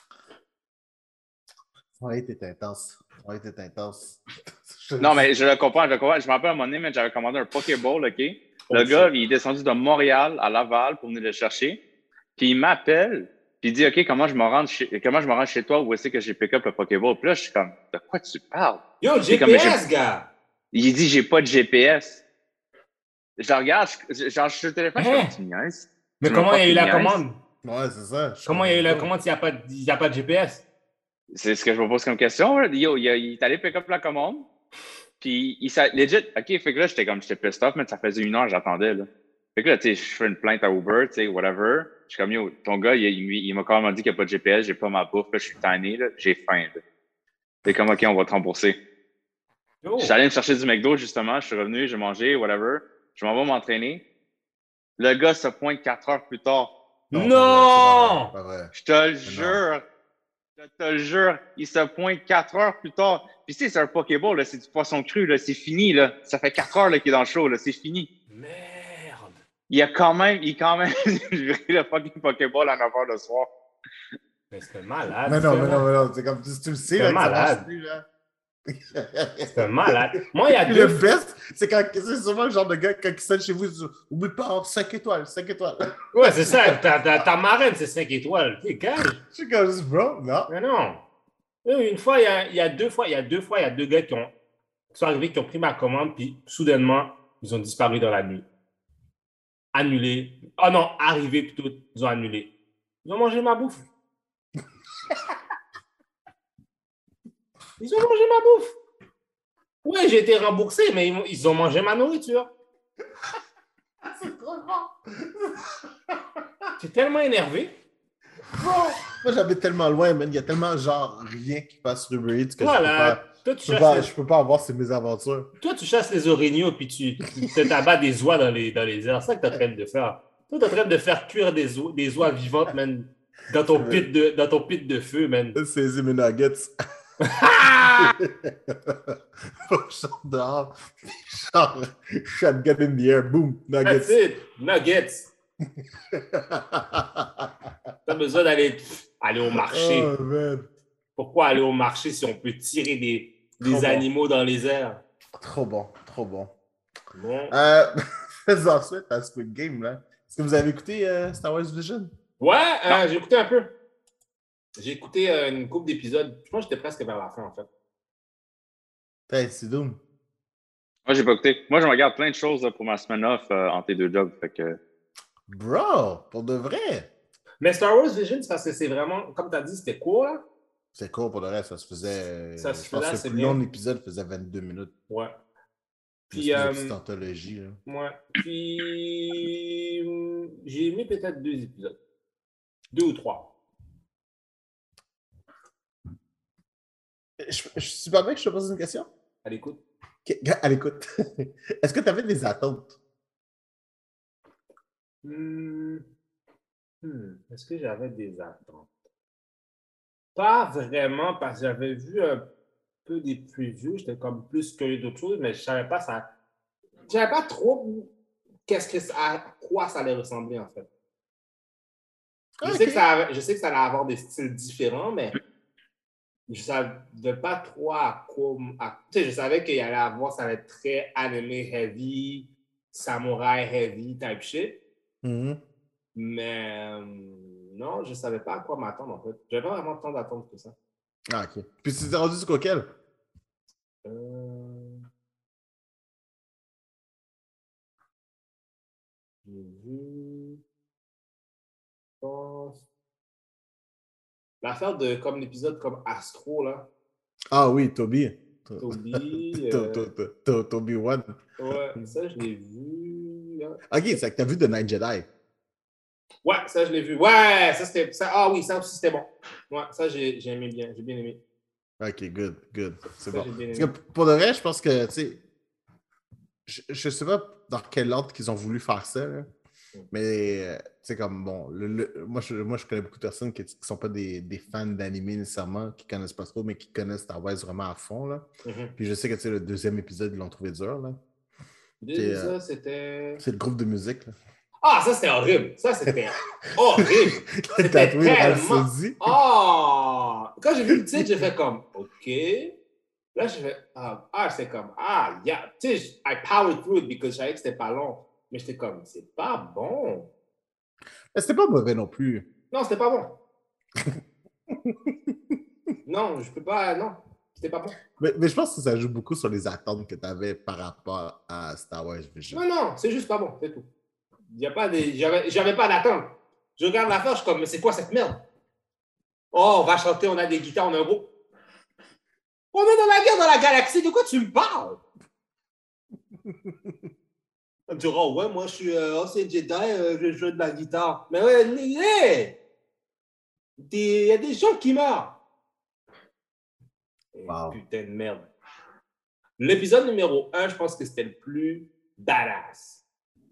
Ouais, t'es intense. Ouais, t'es intense. Non, mais je le comprends, je le comprends. Je me rappelle à un moment donné, mais j'avais commandé un Pokéball, OK? Le Oh, gars, shit. il est descendu de Montréal à Laval pour venir le chercher. Puis il m'appelle, puis il dit, OK, comment je me rends chez, comment je me rends chez toi, où est-ce que j'ai pick up le Pokéball? Puis là, je suis comme, de quoi tu parles? Yo, G G P S, gars. Il dit, j'ai pas de G P S. Je le regarde, je, genre, je suis sur le téléphone, je suis comme, tu niaises. Mais comment il y a eu la commande? Ouais, c'est ça. Comment il y a eu la commande s'il n'y a, a, a pas de G P S? C'est ce que je me pose comme question. Yo, il, il est allé pick up la commande. Puis, il s'est legit. OK, fait que là, j'étais comme, j'étais pissed off, mais ça faisait une heure, j'attendais, là. Fait que là, tu sais, je fais une plainte à Uber, tu sais, whatever. Je suis comme, yo, ton gars, il, il, il m'a quand même dit qu'il n'y a pas de G P S, j'ai pas ma bouffe, là, je suis tanné, là, j'ai faim, là. Fait comme, OK, on va te rembourser. Oh. Je suis allé me chercher du McDo, justement, je suis revenu, j'ai mangé, whatever. Je m'en vais m'entraîner. Le gars se pointe quatre heures plus tard. Non! non! Pas vrai, je te le jure. Je te le jure. Il se pointe quatre heures plus tard. Puis, tu sais, c'est un Pokéball, là, c'est du poisson cru, là, c'est fini, là. Ça fait quatre heures qu'il est dans le show, là, c'est fini. Merde! Il a quand même, il a quand même livré le fucking Pokéball à neuf heures le soir. Mais c'était malade. Mais non, mais non, mais non. C'est comme, tu, tu le sais, là, que ça marche plus, là. C'est un malade. Moi, il y a deux. Le best, c'est quand c'est souvent le genre de gars, quand ils sonne chez vous, ils disent oublie pas, cinq étoiles, cinq étoiles. Ouais, c'est ça. Ta, ta, ta marraine, c'est cinq étoiles. T'es calme. Je suis comme, bro, non. Mais non. Une fois, il y a, il y a deux fois, il y a deux fois, il y a deux gars qui, ont, qui sont arrivés, qui ont pris ma commande, puis soudainement, ils ont disparu dans la nuit. Annulé. Oh non, arrivé plutôt, ils ont annulé. Ils ont mangé ma bouffe. Ils ont mangé ma bouffe. Oui, j'ai été remboursé, mais ils, ils ont mangé ma nourriture. C'est trop bon. T'es tellement énervé. Bro, moi j'habite tellement loin, man. Il y a tellement genre rien qui passe sur Uber Eats que voilà. je peux pas, Toi, tu je peux pas, les... je peux pas avoir ces mésaventures. Toi, tu chasses les orignaux puis tu, tu te t'abats des oies dans les, dans les airs. C'est ça que tu es en train de faire. Toi, tu es en train de faire cuire des oies, des oies vivantes, man, dans ton, pit de, dans ton pit de feu, man. C'est mes nuggets. Genre dehors, genre shotgun in the air, boom, nuggets. That's it, nuggets. T'as besoin d'aller aller au marché. Oh, man. Pourquoi aller au marché si on peut tirer des, des animaux bon. Dans les airs? Trop bon, trop bon. Bon. Euh, faisons ensuite à Squid Game, là. Est-ce que vous avez écouté euh, Star Wars Vision? Ouais, euh, j'ai écouté un peu. J'ai écouté euh, une couple d'épisodes. Je pense que j'étais presque vers la fin, en fait. Hey, c'est Doom. Moi, j'ai pas écouté. Moi, je regarde plein de choses là, pour ma semaine off euh, entre les deux jobs. Fait que... Bro, pour de vrai. Mais Star Wars Vision, c'est parce que c'est vraiment, comme tu as dit, c'était court, là. C'est court pour de vrai, ça se faisait. Ça se je pense faisait que le plus long épisode faisait vingt-deux minutes. Ouais. Puis, euh, une petite anthologie, là. Ouais. Puis, j'ai aimé peut-être deux épisodes. Deux ou trois. Je, je suis pas bien que je te pose une question? À l'écoute. À l'écoute. Est-ce que tu avais des attentes? Hmm. Hmm. Est-ce que j'avais des attentes? Pas vraiment, parce que j'avais vu un peu des previews. J'étais comme plus curieux d'autres choses, mais je savais pas ça. Je savais pas trop qu'est-ce que ça, à quoi ça allait ressembler, en fait. Je, okay. sais que ça, je sais que ça allait avoir des styles différents, mais je savais pas trop à quoi. À, tu sais, je savais qu'il allait avoir, ça allait être très animé heavy, samouraï heavy type shit. Mm-hmm. Mais euh, non, je savais pas à quoi m'attendre, en fait. J'avais pas vraiment tant d'attente que ça. Ah, ok. Puis tu t'es rendu sur quel? Euh... J'ai vu. Je pense. L'affaire de comme l'épisode comme Astro, là. Ah oui, Toby. Toby. euh, Toby-Wan. Ouais, ça, je l'ai vu. hein. Ok, c'est que t'as vu The Night Jedi. Ouais, ça, je l'ai vu. Ouais, ça, c'était. Ça, ah oui, ça aussi, c'était bon. Ouais, ça, j'ai j'ai aimé bien. J'ai bien aimé. Ok, good, good. C'est Ça, bon. j'ai bien Parce que aimé. pour de vrai, je pense que, tu sais, je, je sais pas dans quel ordre qu'ils ont voulu faire ça, là, mais, euh, tu sais, comme, bon, le, le- moi, je, moi, je connais beaucoup de personnes qui ne sont pas des, des fans d'anime nécessairement, qui connaissent pas trop, mais qui connaissent Star Wars vraiment à fond, là. Mhm. Puis je sais que, tu sais, le deuxième épisode, ils l'ont trouvé dur, là. C'est euh, Ça, c'était. c'est le groupe de musique, là. Ah, ça, c'était horrible. Ça, c'était horrible. C'était Tatooine tellement. Rhapsody. Ah! Quand j'ai vu le titre, j'ai fait comme, OK. Là, j'ai fait, ah, ah c'est comme, ah, yeah. Tu sais, I powered through it because je savais que c'était pas long. Mais j'étais comme, c'est pas bon. Mais c'était pas mauvais non plus. Non, c'était pas bon. Non, je peux pas, non. C'était pas bon. Mais, mais je pense que ça joue beaucoup sur les attentes que tu avais par rapport à Star Wars Vision. Non, non, c'est juste pas bon, c'est tout. Il y a pas des. J'avais, j'avais pas d'attente. Je regarde l'affaire, je suis comme, mais c'est quoi cette merde? Oh, on va chanter, on a des guitares, on a un groupe. On est dans la guerre dans la galaxie, de quoi tu me parles? Tu diras, oh, ouais, moi je suis euh, ancien Jedi, euh, je joue de la guitare. Mais ouais, hey! Il y a des gens qui meurent. Wow. Putain de merde. L'épisode numéro un, je pense que c'était le plus badass.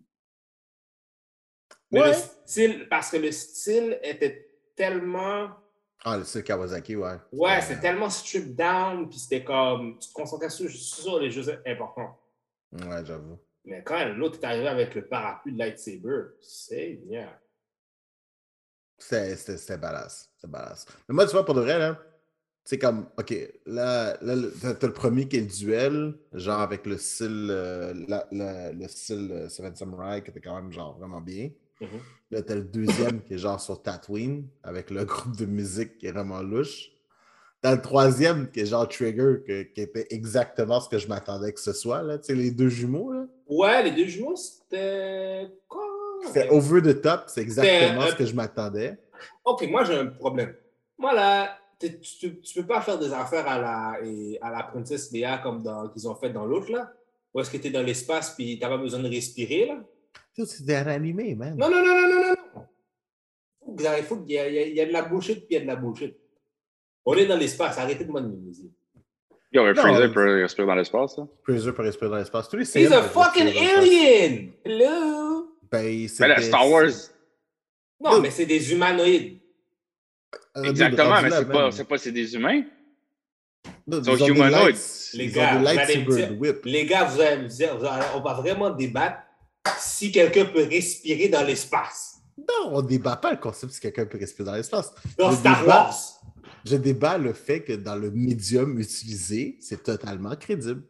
Mais Ouais. le style, parce que le style était tellement. Ah, le style Kawasaki, ouais. Ouais, C'était- c'est tellement stripped down, puis c'était comme. Tu te concentrais sur, sur les jeux importants. Ouais, j'avoue. Mais quand l'autre est arrivé avec le parapluie de lightsaber, c'est bien. C'était c'était- c'était badass. C'était badass. Mais moi, tu vois, pour de vrai, là, c'est comme, OK, là, là le- t'as t'as le premier qui est le duel, genre avec le style, euh, la- la- le style euh, Seven Samurai, qui était quand même, genre, vraiment bien. Mhm. Là, t'as le deuxième qui est genre sur Tatooine, avec le groupe de musique qui est vraiment louche. T'as le troisième qui est genre Trigger, que- qui était exactement ce que je m'attendais que ce soit, là. Tu sais, les deux jumeaux, là. Ouais, les deux jumeaux, c'était. Quoi? C'était over the top, c'est exactement C'était, euh, ce que je m'attendais. Ok, moi j'ai un problème. Moi là, t'es- tu, tu peux pas faire des affaires à la, et- à la princesse Léa comme dans- qu'ils ont fait dans l'autre là. Où est-ce que tu es dans l'espace puis t'as pas besoin de respirer là? Yo, C'était un animé, man. Non, non, non, non, non, non, non. Faut que- Il faut qu'il y, a- il y a- il y a de la bullshit puis il y a de la bullshit. On est dans l'espace, arrêtez de m'amuser. Yo, un Non, Freezer c'est- peut respirer dans l'espace, là. Freezer peut respirer dans l'espace. Tous les He's C M a peuvent fucking respirer dans l'espace. alien! Hello? Ben, Mais là, c'était- Star Wars, Non, Yo. mais c'est des humanoïdes. Euh, exactement, rendu mais là, c'est man. pas, c'est pas, c'est des humains. Non, Ils sont ils ont des humanoïdes. lights- Les ils gars, ont vous des allez me lightsabers dire, whip. les gars, vous allez me dire, vous allez- on va vraiment débattre si quelqu'un peut respirer dans l'espace. Non, on débat pas le concept si quelqu'un peut respirer dans l'espace. Dans Je Star débat- Wars. Je débat le fait que dans le médium utilisé, c'est totalement crédible.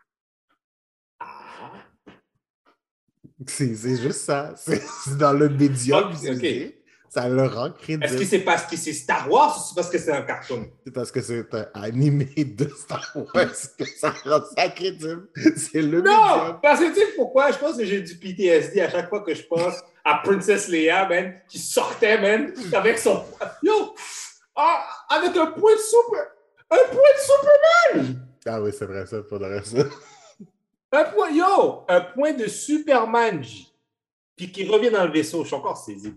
Ah. C'est c'est juste ça. C'est c'est dans le médium Ok, utilisé, ça le rend Est-ce que crédible. c'est parce que c'est Star Wars ou c'est parce que c'est un cartoon? C'est parce que c'est un animé de Star Wars que ça rend ça crédible. C'est le Non! médium. Parce que tu sais pourquoi? Je pense que j'ai du P T S D à chaque fois que je pense à Princess Leia, man, qui sortait, man, avec son. Yo! Ah, avec un point de super. Un point de Superman! Ah oui, c'est vrai ça, pour le reste. ça. Un point, yo! Un point de Superman, J. Puis qui revient dans le vaisseau. Je suis encore saisi.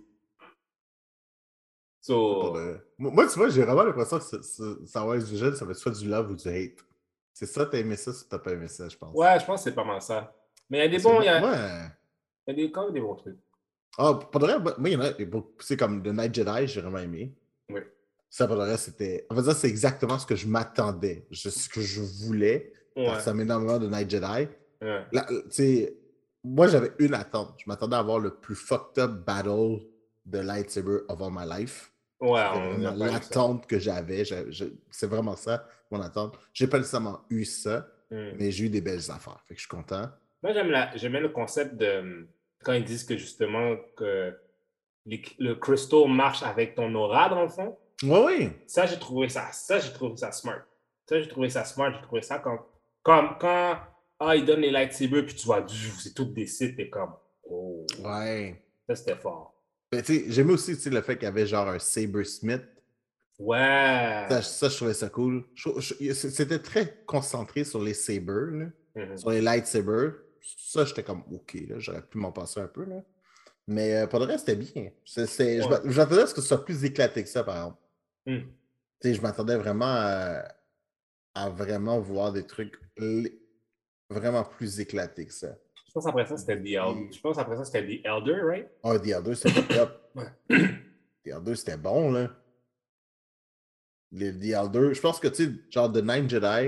So. Pour le- Moi, moi, tu vois, j'ai vraiment l'impression que ce- ce- Star Wars Vision, ça va être soit du love ou du hate. C'est ça, t'as aimé ça, ou t'as pas aimé ça, je pense. Ouais, je pense que c'est pas mal ça. Mais il y a des Parce que bons, il y a, moi, il y a des, quand même des bons trucs. ah, pour le reste, moi, il y en a, et beaucoup- c'est comme The Night Jedi, j'ai vraiment aimé. Oui. Ça, pour le reste, c'était. En fait, ça, c'est exactement ce que je m'attendais. Je- Ce que je voulais. Ouais. Parce que ça m'a énormément de Night Jedi. Ouais. Là, tu sais, moi, j'avais une attente. Je m'attendais à avoir le plus fucked up battle de lightsaber of all my life. Ouais, C'était on vraiment n'a pas eu ça. l'attente que j'avais. Je- je- C'est vraiment ça, mon attente. J'ai pas nécessairement eu ça, Hmm. mais j'ai eu des belles affaires. Fait que je suis content. Moi, j'aime la, j'aimais le concept de quand ils disent que justement que les- le crystal marche avec ton aura dans le fond. Oui, oui. Ça, j'ai trouvé ça, ça, j'ai trouvé ça smart. Ça, j'ai trouvé ça smart. J'ai trouvé ça comme, comme quand ah, ils donnent les lightsabers puis tu vois, c'est tout des sites et comme, oh, Ouais. ça c'était fort. Ben, tu sais, j'aimais aussi tu sais, le fait qu'il y avait genre un Sabersmith Ouais. Ça, ça, je trouvais ça cool. Je- je- C'était très concentré sur les sabers, là, Mhm. sur les lightsabers. Ça, j'étais comme, OK, là, j'aurais pu m'en passer un peu. Là. Mais euh, pour le reste, c'était bien. C'est- c'est- je Ouais. m'a- je m'attendais à ce que ce soit plus éclaté que ça, par exemple. Mm. Tu sais, je m'attendais vraiment à, à vraiment voir des trucs l- vraiment plus éclatés que ça. Je pense après ça, c'était The Elder. Je pense après ça, c'était The Elder, right? Ah, The Elder, c'était top. Ouais. The Elder, c'était bon, là. Les The Elder, je pense que, tu sais, genre The Nine Jedi,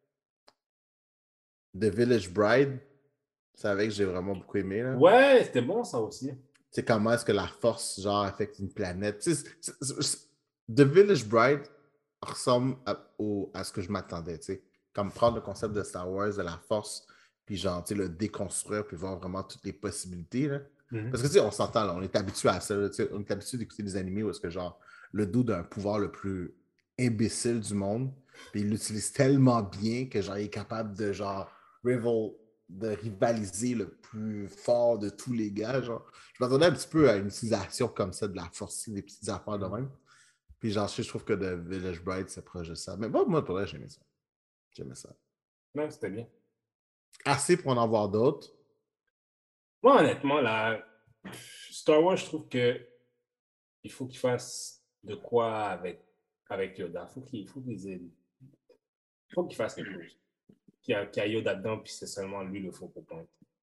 The Village Bride, c'est avec que j'ai vraiment beaucoup aimé, là. Ouais, c'était bon ça aussi. Tu sais, comment est-ce que la force, genre, affecte une planète. Tu sais, c'est- c'est- c'est- The Village Bride ressemble à, au- à ce que je m'attendais, tu sais. Comme prendre le concept de Star Wars, de la force, puis genre, tu sais, le déconstruire, puis voir vraiment toutes les possibilités, là. Mhm. Parce que, tu sais, on s'entend, là, on est habitué à ça, là, tu sais, on est habitué d'écouter des animés où est-ce que, genre, le dos d'un pouvoir le plus imbécile du monde, puis il l'utilise tellement bien que, genre, il est capable de, genre, rival, de rivaliser le plus fort de tous les gars, genre. Je m'attendais un petit peu à une utilisation comme ça de la force, des petites affaires de même. Puis genre, je trouve que The Village Bride, c'est proche de ça. Mais bon, moi, pour vrai, j'aimais ça. J'aimais ça. Non, c'était bien. Assez pour en avoir d'autres. Moi, honnêtement, là, Star Wars, je trouve que il faut qu'il fasse de quoi avec, avec Yoda. Faut qu'il faut qu'ils aient- faut qu'il fasse quelque chose. Qu'il y a, qu'il y a Yoda dedans, puis c'est seulement lui le faux point.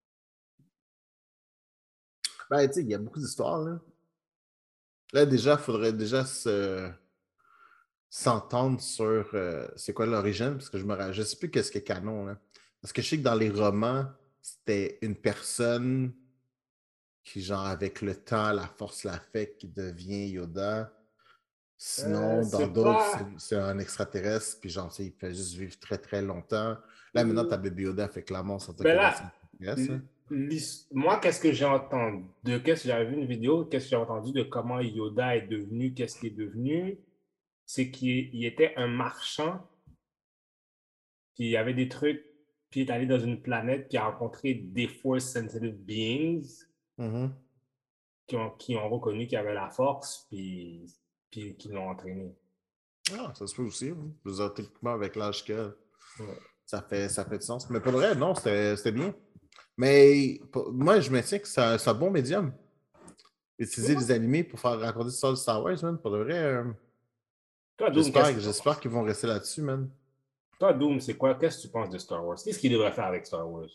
Ben, tu sais, il y a beaucoup d'histoires, là. Là, déjà, il faudrait déjà se... s'entendre sur euh, c'est quoi l'origine, parce que je me ra- je sais plus qu'est-ce qui est canon, là. Parce que je sais que dans les romans, c'était une personne qui, genre, avec le temps, la force l'affecte, qui devient Yoda. Euh, Sinon, dans c'est d'autres, pas. c'est c'est un extraterrestre, puis genre, tu sais, il fait juste vivre très très longtemps. Là, maintenant, ta Baby Yoda fait clairement sentir Ben que ouais, là, c'est un extraterrestre. hein. l'his- moi, qu'est-ce que j'ai entendu? De qu'est-ce que j'avais vu une vidéo, qu'est-ce que j'ai entendu de comment Yoda est devenu, qu'est-ce qu'il est devenu? C'est qu'il il était un marchand, puis il y avait des trucs, puis il est allé dans une planète, puis il a rencontré des Force Sensitive Beings Mhm. qui ont, qui ont reconnu qu'il y avait la force, puis, puis qui l'ont entraîné. Ah, ça se peut aussi. hein. Je veux dire, techniquement, avec l'âge que Ouais. ça fait, ça fait du sens. Mais pour le vrai, non, c'était c'était bien. Mais pour- moi, je me tiens que c'est un, c'est un bon médium. Utiliser les animés pour faire raconter l'histoire de Star Wars, man. Pour le vrai, euh, Toi, Doom, j'espère qu'est-ce j'espère qu'ils vont rester là-dessus, man. Toi, Doom, c'est quoi? Qu'est-ce que tu penses de Star Wars? Qu'est-ce qu'il devrait faire avec Star Wars?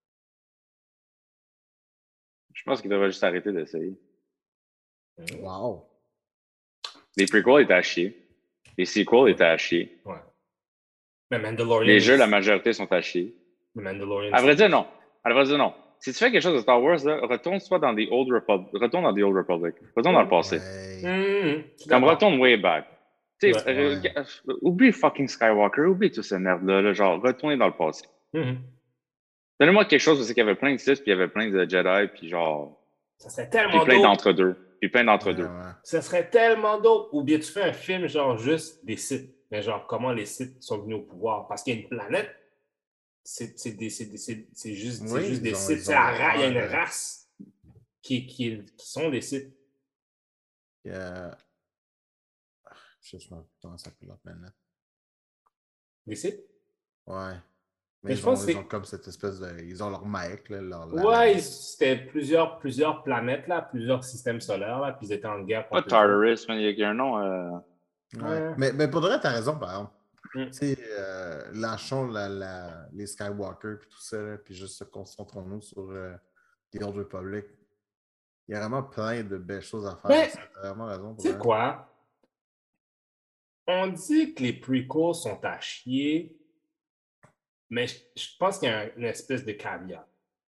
Je pense qu'il devrait juste arrêter d'essayer. Mhm. Wow. Les prequels étaient à chier. Les sequels étaient à chier. Ouais. Mais Mandalorian. Les jeux, is- la majorité sont à chier. Le Mandalorian. À vrai c'est- dire, non. À vrai dire, non. Si tu fais quelque chose de Star Wars, là, retourne soit dans The Old Republic. Retourne dans The Old Republic. Retourne dans le passé. Ouais. Mhm. Je suis Comme d'accord. retourne way back. Tu sais, Ouais. euh, Ouais. euh, oublie fucking Skywalker, oublie tout ce merde-là. là, genre, retournez dans le passé. Mhm. Donnez-moi quelque chose où c'est qu'il y avait plein de Sith, puis il y avait plein de Jedi, puis genre. Ça serait Puis tellement plein dope. d'entre-deux. Puis plein d'entre-deux. Ouais, ouais. Ça serait tellement dope. Ou bien tu fais un film genre juste des Sith. Mais genre comment les Sith sont venus au pouvoir. Parce qu'il y a une planète. C'est c'est des- c'est des- c'est- c'est juste, c'est Oui, juste ils des ont- Sith. ils C'est ont- la ra- Il y a une ouais. race qui, qui, qui sont des Sith. Il y a- Je sais pas comment ça s'appelle l'autre planète. Des Sith? Ouais. Mais, Mais ils, je ont, pense que ils c'est- ont comme cette espèce de. Ils ont leur mec, là, leur. la- Ouais, la- c'était plusieurs, plusieurs planètes, là, plusieurs systèmes solaires, là, puis ils étaient en guerre Pas contre les autres. Tartarus, mais il y a- il y a un nom. euh, Ouais. Ouais. Mais, mais pour de vrai, t'as raison, par exemple. Mm. Tu sais, euh, lâchons la, la- les Skywalker puis tout ça, là, puis juste concentrons-nous sur euh, The Old Republic. Il y a vraiment plein de belles choses à faire. Ben, ça. T'as vraiment raison. Tu Pour sais vrai. quoi? On dit que les prequels sont à chier, mais je, je pense qu'il y a une espèce de caveat.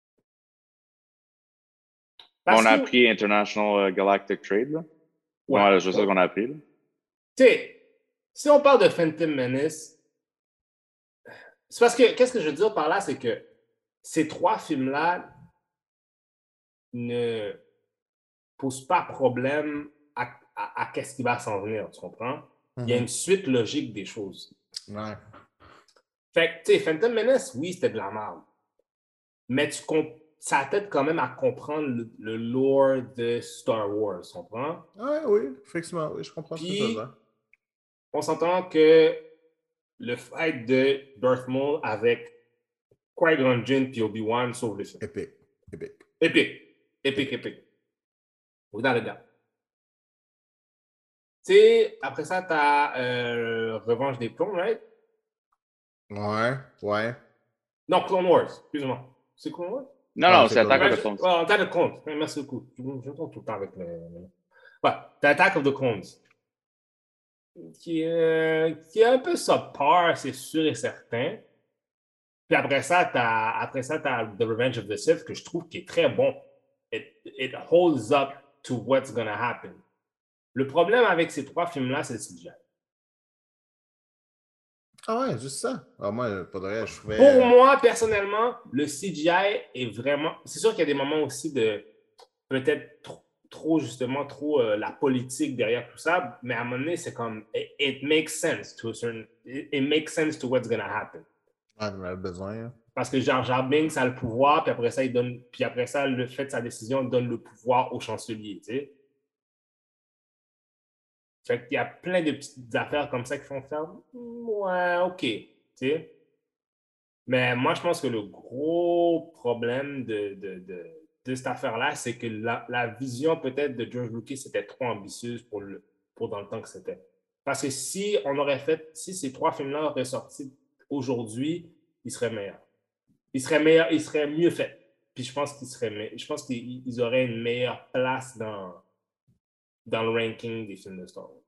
Parce On a que, appris International euh, Galactic Trade, là. ouais, Ouais, je sais ce qu'on a appris, là. tu sais, si on parle de Phantom Menace, c'est parce que, qu'est-ce que je veux dire par là, c'est que ces trois films-là ne posent pas problème à, à, à qu'est-ce qui va s'en venir, tu comprends? Il y a Mhm. une suite logique des choses. Ouais. Fait que, tu sais, Phantom Menace, oui, c'était de la merde. Mais tu comp- ça t'aide quand même à comprendre le, le lore de Star Wars, tu comprends? Ouais, oui, effectivement, oui, je comprends ce que tu veux Puis, dire. on s'entend que le fight de Darth Maul avec Qui-Gon Jinn puis Obi-Wan sauve le film. Épique. Épique. Épique. Épique, épique. Without a doubt. Tu sais, après ça, t'as euh, Revanche des Clones, right? Ouais, ouais. Non, Clone Wars, excuse-moi. C'est Clone Wars? Non, Ah, non, c'est c'est Clone Attack Wars. of the Clones. Ouais, Attack of the Clones. Merci beaucoup. Je me trompe tout le temps avec le... Ouais, t'as Attack of the Clones. Qui, euh, qui est un peu subpar, c'est sûr et certain. Puis après ça, t'as, après ça, t'as The Revenge of the Sith, que je trouve qui est très bon. It, it holds up to what's gonna happen. Le problème avec ces trois films-là, c'est le C G I. Ah ouais, juste ça. Ah, moi, pas de vrai, je trouvais... Pour moi, personnellement, le C G I est vraiment... C'est sûr qu'il y a des moments aussi de peut-être trop, trop justement, trop euh, la politique derrière tout ça, mais à un moment donné, c'est comme... It, it makes sense to a certain... It, it makes sense to what's gonna happen. Ah, on avait besoin. Hein. Parce que Jar Jar Binks a le pouvoir, puis après ça, il donne... Puis après ça, le fait de sa décision donne le pouvoir au chancelier, tu sais. Fait qu'il y a plein de petites affaires comme ça qui font faire ouais, OK, tu sais. Mais moi, je pense que le gros problème de, de, de, de cette affaire-là, c'est que la, la vision peut-être de George Lucas était trop ambitieuse pour, le, pour dans le temps que c'était. Parce que si on aurait fait, si ces trois films-là auraient sorti aujourd'hui, ils seraient meilleurs. Ils seraient meilleurs, ils seraient mieux faits. Puis je pense qu'ils seraient, je pense qu'ils auraient une meilleure place dans, dans le ranking des films de Star Wars.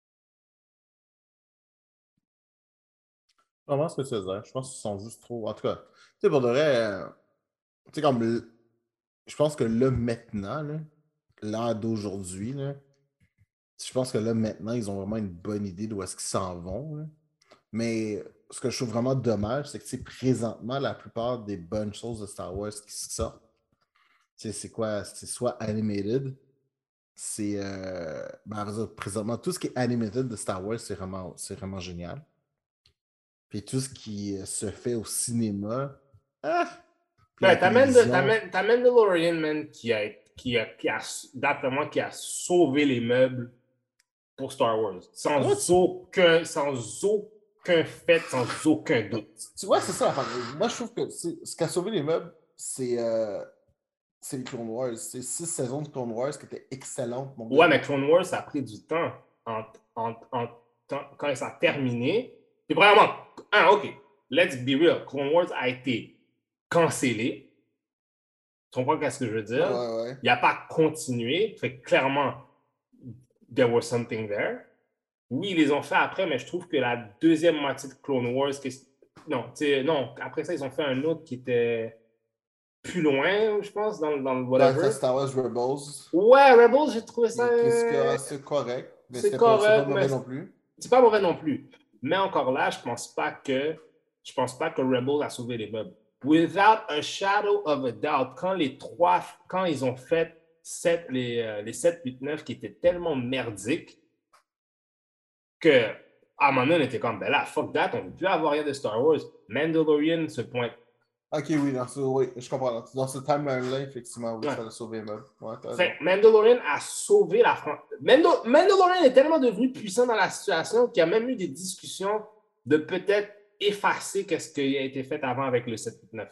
Je comprends ce que tu veux dire. Je pense qu'ils sont juste trop. En tout cas, tu sais, pour de vrai, euh, tu sais, comme. le- Je pense que là, maintenant, là, l'heure d'aujourd'hui, là, je pense que là, maintenant, ils ont vraiment une bonne idée d'où est-ce qu'ils s'en vont. Là. Mais ce que je trouve vraiment dommage, c'est que, tu sais, présentement, la plupart des bonnes choses de Star Wars qui sortent, tu sais, c'est quoi? C'est soit animated, c'est. Euh, ben, présentement, tout ce qui est animated de Star Wars, c'est vraiment, c'est vraiment génial. Puis tout ce qui euh, se fait au cinéma, ah! Puis Ben, la t'as télévision, Mandal- t'as Mandalorian, man, qui a, qui a, qui a, d'après moi, qui a sauvé les meubles pour Star Wars. Sans Comment tu- aucun, sans aucun fait, sans aucun doute. tu vois, c'est ça. Enfin, moi, je trouve que c'est- ce qui a sauvé les meubles, c'est euh, c'est les Clone Wars. C'est six saisons de Clone Wars qui étaient excellentes. Mon Ouais, gars. mais Clone Wars, ça a pris du temps en, en, en, temps- quand ça a terminé. Puis premièrement, ah, OK, let's be real, Clone Wars a été cancellé. Tu comprends ce que je veux dire? Ouais, ouais. Il n'a pas continué. Fait que clairement, there was something there. Oui, ils les ont fait après, mais je trouve que la deuxième moitié de Clone Wars, que... non, non, après ça, ils ont fait un autre qui était plus loin, je pense, dans, dans le whatever. Dans Star Wars Rebels. Ouais, Rebels, j'ai trouvé ça. C'est c'est correct. Mais C'est c'était pas, c'est pas correct, mauvais mais non plus. c'est pas mauvais non plus. Mais encore là, je pense pas que je pense pas que Rebels a sauvé les meubles. Without a shadow of a doubt, quand les trois, quand ils ont fait sept, les, euh, les sept, huit, neuf qui étaient tellement merdiques que à un moment donné, on était comme, ben là, fuck that, on ne veut plus avoir rien de Star Wars. Mandalorian se pointe. Ok, oui, dans ce, oui, je comprends. Dans ce timeline-là, effectivement, oui, Ouais. ça a sauvé les meubles. Ouais, t'as Fait raison. que Mandalorian a sauvé la France. Mando- Mandalorian est tellement devenu puissant dans la situation qu'il y a même eu des discussions de peut-être effacer ce qui a été fait avant avec le sept huit neuf.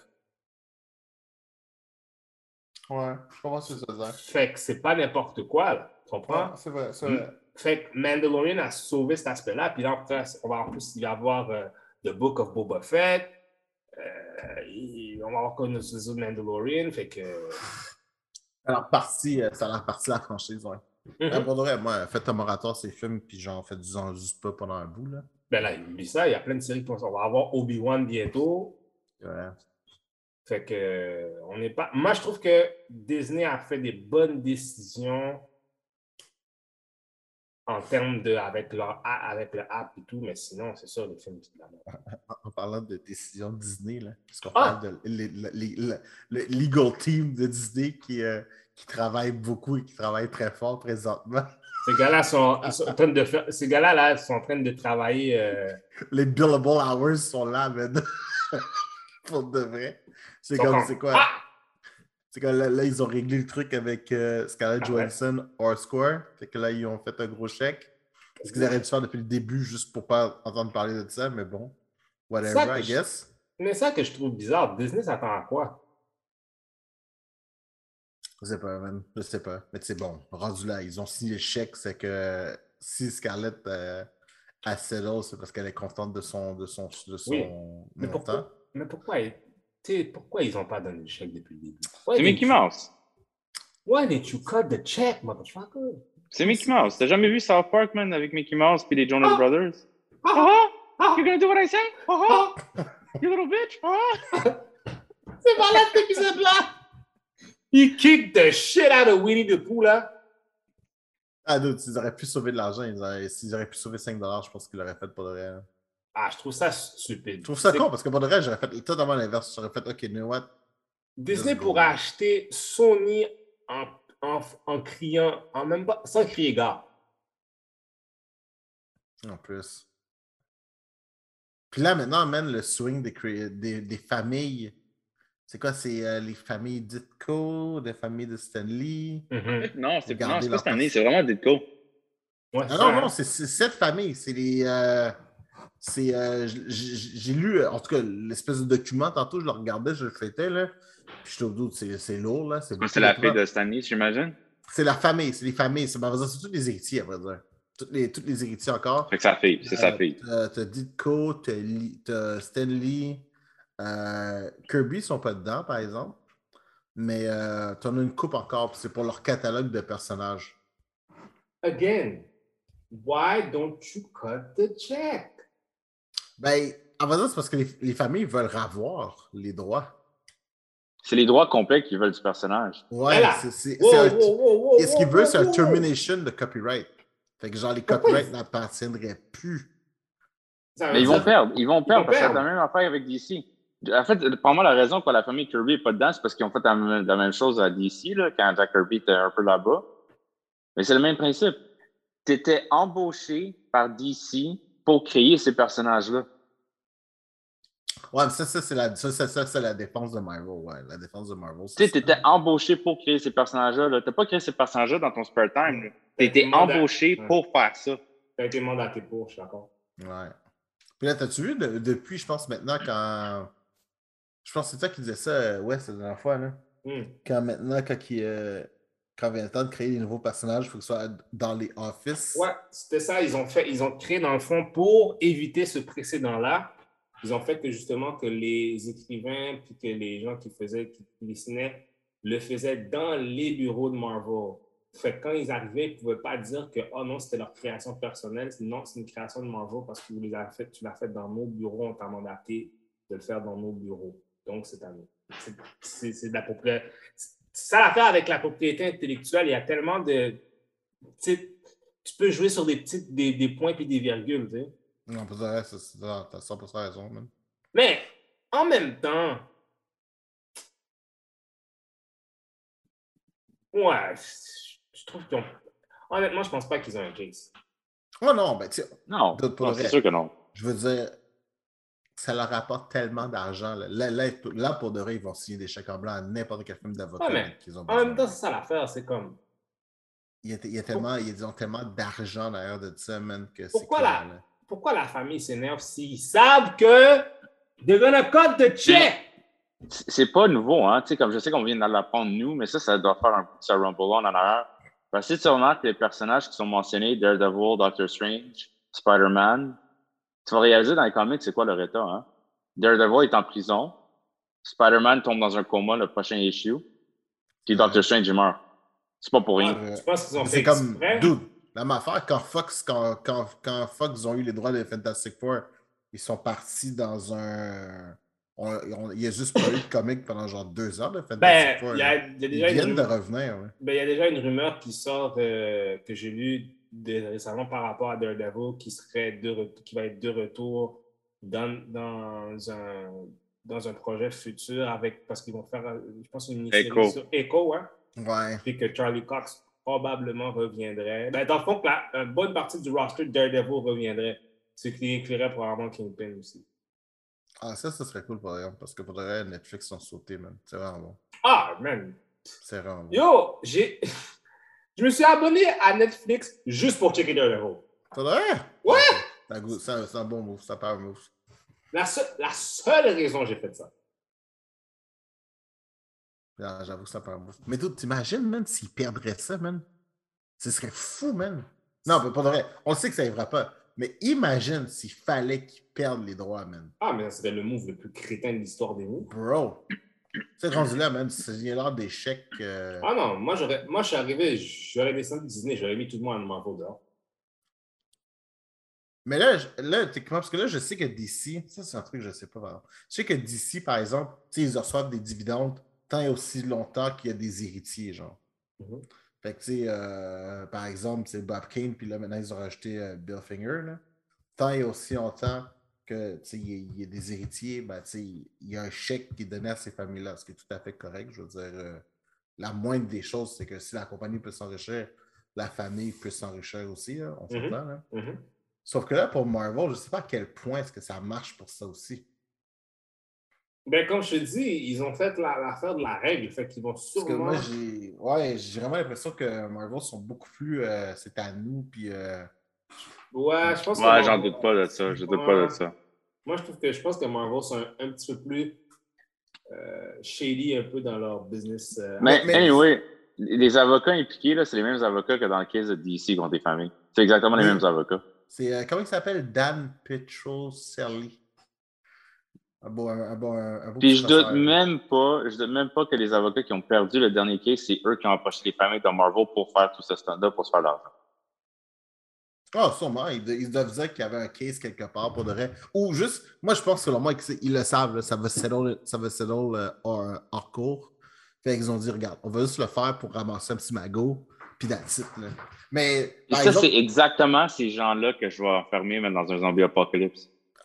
Ouais, je comprends ce que tu veux dire. Fait que c'est pas n'importe quoi, là. Tu comprends? Ouais, c'est vrai, c'est vrai. Fait que Mandalorian a sauvé cet aspect-là. Puis là, après, on va en plus, il va y avoir euh, The Book of Boba Fett. Euh, il- on va avoir connu ce Mandalorian. Fait que. Alors, partie, euh, ça a l'air partie de la franchise, ouais. Mhm. Ouais, pour de vrai, moi, faites un moratoire, ces films, puis j'en fais du en juste pas pendant un bout, là. Ben là, oublie ça, il y a plein de séries qui vont sortir. On va avoir Obi-Wan bientôt. Ouais. Fait que, euh, on n'est pas. Moi, je trouve que Disney a fait des bonnes décisions en termes de. avec leur a- avec le app et tout, mais sinon, c'est ça, le film, c'est de la merde. En, en parlant de décision Disney, là, parce qu'on Ah! parle de les- les- les- le, le legal team de Disney qui, euh, qui travaille beaucoup et qui travaille très fort présentement. Ces gars-là sont, ils sont en train de faire. Ces gars-là, là, sont en train de travailler. euh, Les billable hours sont là, man. Pour de vrai. C'est sont comme, comme- c'est quoi? Ah! C'est que là, là, ils ont réglé le truc avec euh, Scarlett Ah ouais. Johansson, Our Score. Fait que là, ils ont fait un gros chèque. Ce qu'ils auraient dû faire depuis le début juste pour pas entendre parler de ça, mais bon. Whatever, Ça que I je- guess. Mais ça que je trouve bizarre, Disney s'attend à quoi? Je sais pas, man. Je sais pas. Mais c'est bon, rendu là, ils ont signé le chèque, c'est que si Scarlett euh, a settle, c'est parce qu'elle est contente de son, de son, de Oui. son Mais montant. pourquoi, mais pourquoi, tu sais, pourquoi ils n'ont pas donné le chèque depuis le début? Why C'est didn't Mickey you- Mouse. Why didn't you cut the check, motherfucker? C'est Mickey Mouse. T'as jamais vu South Park, man, avec Mickey Mouse et les Jonas Ah! Brothers? Ah! Ah! Ah! You're gonna do what I say? Ah! Ah! You little bitch! Ah! C'est malade cet épisode-là! He kicked the shit out of Winnie the Pooh, là. Ah, dude, s'ils auraient pu sauver de l'argent, ils auraient- s'ils auraient pu sauver cinq dollars, je pense qu'ils l'auraient fait pour de vrai. hein. Ah, je trouve ça stupide. Je trouve ça C'est- con parce que pour de vrai, j'aurais fait totalement l'inverse. J'aurais fait, OK, you know what? Disney Just go. pourrait acheter Sony en, en, en criant, en même pas, sans crier gars. En plus. Puis là, maintenant, man, le swing des, cré- des, des familles. C'est quoi? C'est euh, les familles Ditko, les familles de Stanley. Mhm. Non, c'est Garder non, c'est pas leur cette année, pers- c'est vraiment Ditko. Ouais, Ah ça, non, hein. non, c'est c'est cette famille. C'est les. euh, c'est. euh, j- j- J'ai lu, euh, en tout cas, l'espèce de document. Tantôt, je le regardais, je le fêtais, là. Puis je te doute, c'est c'est lourd, là. C'est Moi, beaucoup c'est la de fille preuves. de Stanley, j'imagine. C'est la famille, c'est les familles. C'est ben, c'est tous les héritiers, à vrai dire. Toutes les, toutes les héritiers encore. Fait que sa fille, c'est sa Euh, fille. T'as t'as Ditko, t'as Li- t'as Stanley, euh, Kirby, ils sont pas dedans, par exemple. Mais euh, t'en as une coupe encore, puis c'est pour leur catalogue de personnages. Again, why don't you cut the check? Ben, en vrai, c'est parce que les, les familles veulent avoir les droits. C'est les droits complets qu'ils veulent du personnage. Ouais, Mais là, c'est c'est- wow, c'est un- wow, wow, wow, et ce qu'ils wow, veulent, c'est un wow, wow. termination de copyright. Fait que genre, les Pourquoi copyrights ils- n'appartiendraient plus. Ça veut Mais ils vont dire- perdre, ils vont perdre vont parce que c'est perdre. la même affaire avec D C. En fait, pour moi, la raison pourquoi la famille Kirby n'est pas dedans, c'est parce qu'ils ont fait la même, la même chose à D C là, quand Jack Kirby était un peu là-bas. Mais c'est le même principe. Tu étais embauché par D C pour créer ces personnages-là. Ouais, mais ça, ça c'est la, ça, ça, ça, c'est la défense de Marvel. Ouais, la défense de Marvel. Tu sais, tu étais embauché pour créer ces personnages-là. Tu n'as pas créé ces personnages-là dans ton spare time. Tu T'as été étais mandat- embauché Ouais. pour faire ça. T'as été mandaté pour, je suis d'accord. Ouais. Puis là, t'as-tu vu de- depuis, je pense maintenant, quand. Je pense que c'est toi qui disais ça, euh, ouais, c'est la dernière fois, là. Hmm. Quand maintenant, quand, il, euh, quand vient le temps de créer des nouveaux personnages, il faut que ce soit dans les offices. Ouais, c'était ça. Ils ont fait, ils ont créé dans le fond pour éviter ce précédent-là. Ils ont fait que justement que les écrivains puis que les gens qui faisaient, qui dessinaient, le faisaient dans les bureaux de Marvel. Fait que quand ils arrivaient, ils ne pouvaient pas dire que oh non, c'était leur création personnelle. Non, c'est une création de Marvel parce que vous les avez fait, tu l'as fait dans nos bureaux, on t'a mandaté de le faire dans nos bureaux. Donc, c'est à nous. C'est- C'est c'est de la propriété. C'est ça l'affaire avec la propriété intellectuelle. Il y a tellement de. Tu sais, tu peux jouer sur des petites des, des points puis des virgules, tu sais. Non, pas vrai, c'est ça, t'as cent pour cent raison, man. Mais en même temps, ouais, je trouve qu'ils ont. Honnêtement, je pense pas qu'ils ont un case. Oh non, ben, tu sais, Non, de- pour non le c'est vrai. sûr que non. Je veux dire, ça leur rapporte tellement d'argent. Là. Là, là, là, pour de vrai, ils vont signer des chèques en blanc à n'importe quel film d'avocat Ouais, mais qu'ils ont en besoin. même temps, c'est ça l'affaire. C'est comme. Il y a, il y a tellement, ils ont tellement d'argent derrière de ça, man, que c'est Pourquoi clair, la, là. pourquoi la famille s'énerve s'ils savent que they're gonna cut the check? C'est c'est pas nouveau, hein. Tu sais, comme je sais qu'on vient de l'apprendre nous, mais ça, ça doit faire un petit rumble on en arrière. Parce que si tu remarques les personnages qui sont mentionnés, Daredevil, Doctor Strange, Spider-Man, tu vas réaliser dans les comics c'est quoi leur état, hein. Daredevil est en prison, Spider-Man tombe dans un coma le prochain issue, puis Ouais. Doctor Strange il meurt. C'est pas pour rien. Euh, Tu penses qu'ils ont mais fait c'est comme, exprès? dude, la même affaire, quand Fox, quand, quand, quand Fox ont eu les droits de Fantastic Four, ils sont partis dans un... on- on- il n'y a juste pas eu de comic pendant genre deux ans de Fantastic Ben, Four. il y là. a, il y a Ils déjà une viennent de rumeur, revenir, ouais. ben, il y a déjà une rumeur qui sort euh, que j'ai lue de- récemment par rapport à Daredevil qui serait de re- qui va être de retour dans, dans un dans un projet futur avec parce qu'ils vont faire euh, je pense une mini-série Echo. sur Echo, hein, Ouais. puis que Charlie Cox probablement reviendrait. Ben, dans le fond, que la, une bonne partie du roster de Daredevil reviendrait, ce qui inclurait probablement Kingpin aussi. Ah, ça, ça serait cool, par exemple, parce que pour de vrai, Netflix sont sautés, man. C'est vraiment bon. Ah, man! C'est vraiment bon. Yo, j'ai... je me suis abonné à Netflix juste pour checker Daredevil. Ça doit être? Ouais! C'est un, un bon move, c'est un power move. La, seule, la seule raison que j'ai fait ça. J'avoue que c'est un power move. Mais tu t'imagines, man, s'il perdrait ça, man? Ce serait fou, man. Non, mais pour de vrai, on sait que ça n'arrivera pas. Mais imagine s'il fallait qu'il perde les droits, man. Ah, mais ça serait le move le plus crétin de l'histoire des moves. Bro! C'est rendu là, man. Il y a l'air d'échec. Euh... Ah non, moi, moi je suis arrivé, j'aurais descendu Disney, j'aurais mis tout le monde à Marvel dehors. Mais là, là parce que là, je sais que D C, ça c'est un truc que je ne sais pas vraiment. Je sais que D C, par exemple, ils reçoivent des dividendes tant et aussi longtemps qu'il y a des héritiers, genre. Mm-hmm. Fait que, tu sais, euh, par exemple, c'est Bob Kane, puis là, maintenant, ils ont rajouté euh, Bill Finger, là. Tant et aussi longtemps que, tu sais, il y, y a des héritiers, ben, tu sais, il y a un chèque qui est donné à ces familles-là, ce qui est tout à fait correct. Je veux dire, euh, la moindre des choses, c'est que si la compagnie peut s'enrichir, la famille peut s'enrichir aussi, là, on mm-hmm. s'entend, là. Mm-hmm. Sauf que là, pour Marvel, je ne sais pas à quel point est-ce que ça marche pour ça aussi. Ben, comme je te dis, ils ont fait l'affaire de la règle. Fait qu'ils vont sûrement... Parce que moi, j'ai ouais, j'ai vraiment l'impression que Marvel sont beaucoup plus... Euh, c'est à nous, puis... Euh... Ouais, je pense ouais, que... Ouais, j'en doute pas de ça. Je doute ouais. pas de ça. Moi, je trouve que je pense que Marvel sont un, un petit peu plus euh, shady un peu dans leur business. Euh... Mais, mais anyway, les avocats impliqués, là, c'est les mêmes avocats que dans le case de D C contre les familles. C'est exactement oui. les mêmes avocats. C'est, euh, comment il s'appelle? Dan Petrocelli. Un bon, un, un bon, un bon Puis je doute même pas, je doute même pas que les avocats qui ont perdu le dernier case, c'est eux qui ont approché les familles de Marvel pour faire tout ce stand-up, pour se faire l'argent. Ah, oh, sûrement. Ils, ils doivent dire qu'il y avait un case quelque part pour de vrai. Ou juste, moi, je pense que selon moi, ils le savent, là, ça va settle, ça va settle euh, hors, hors cours. Fait qu'ils ont dit, regarde, on va juste le faire pour ramasser un petit magot, puis that's it, là. Mais, par ça, exemple... c'est exactement ces gens-là que je vais enfermer même dans un zombie apocalypse.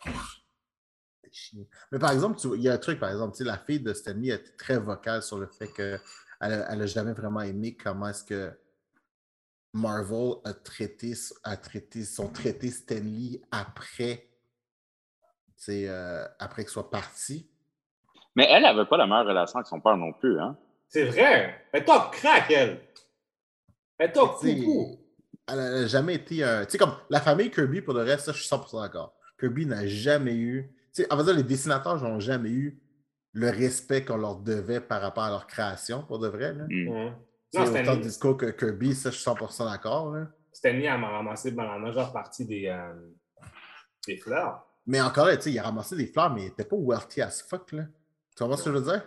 Mais par exemple, il y a un truc, par exemple, la fille de Stanley était très vocale sur le fait qu'elle n'a jamais vraiment aimé comment est-ce que Marvel a traité, a traité son traité Stanley après, euh, après qu'il soit parti. Mais elle n'avait pas la meilleure relation avec son père non plus, hein? C'est vrai! Elle top crack, elle! Elle top coucou! Elle n'a jamais été un... Tu sais, comme la famille Kirby, pour le reste, ça, je suis cent pour cent d'accord. Kirby n'a jamais eu... Tu sais, en fait, les dessinateurs n'ont jamais eu le respect qu'on leur devait par rapport à leur création, pour de vrai. Là. Mm. Mm. Non, autant de discours que Kirby, ça, je suis cent pour cent d'accord. Stanley a ramassé dans la majeure partie des, euh, des fleurs. Mais encore là, tu sais, il a ramassé des fleurs, mais il n'était pas wealthy as fuck, là. Tu comprends ce que je veux dire?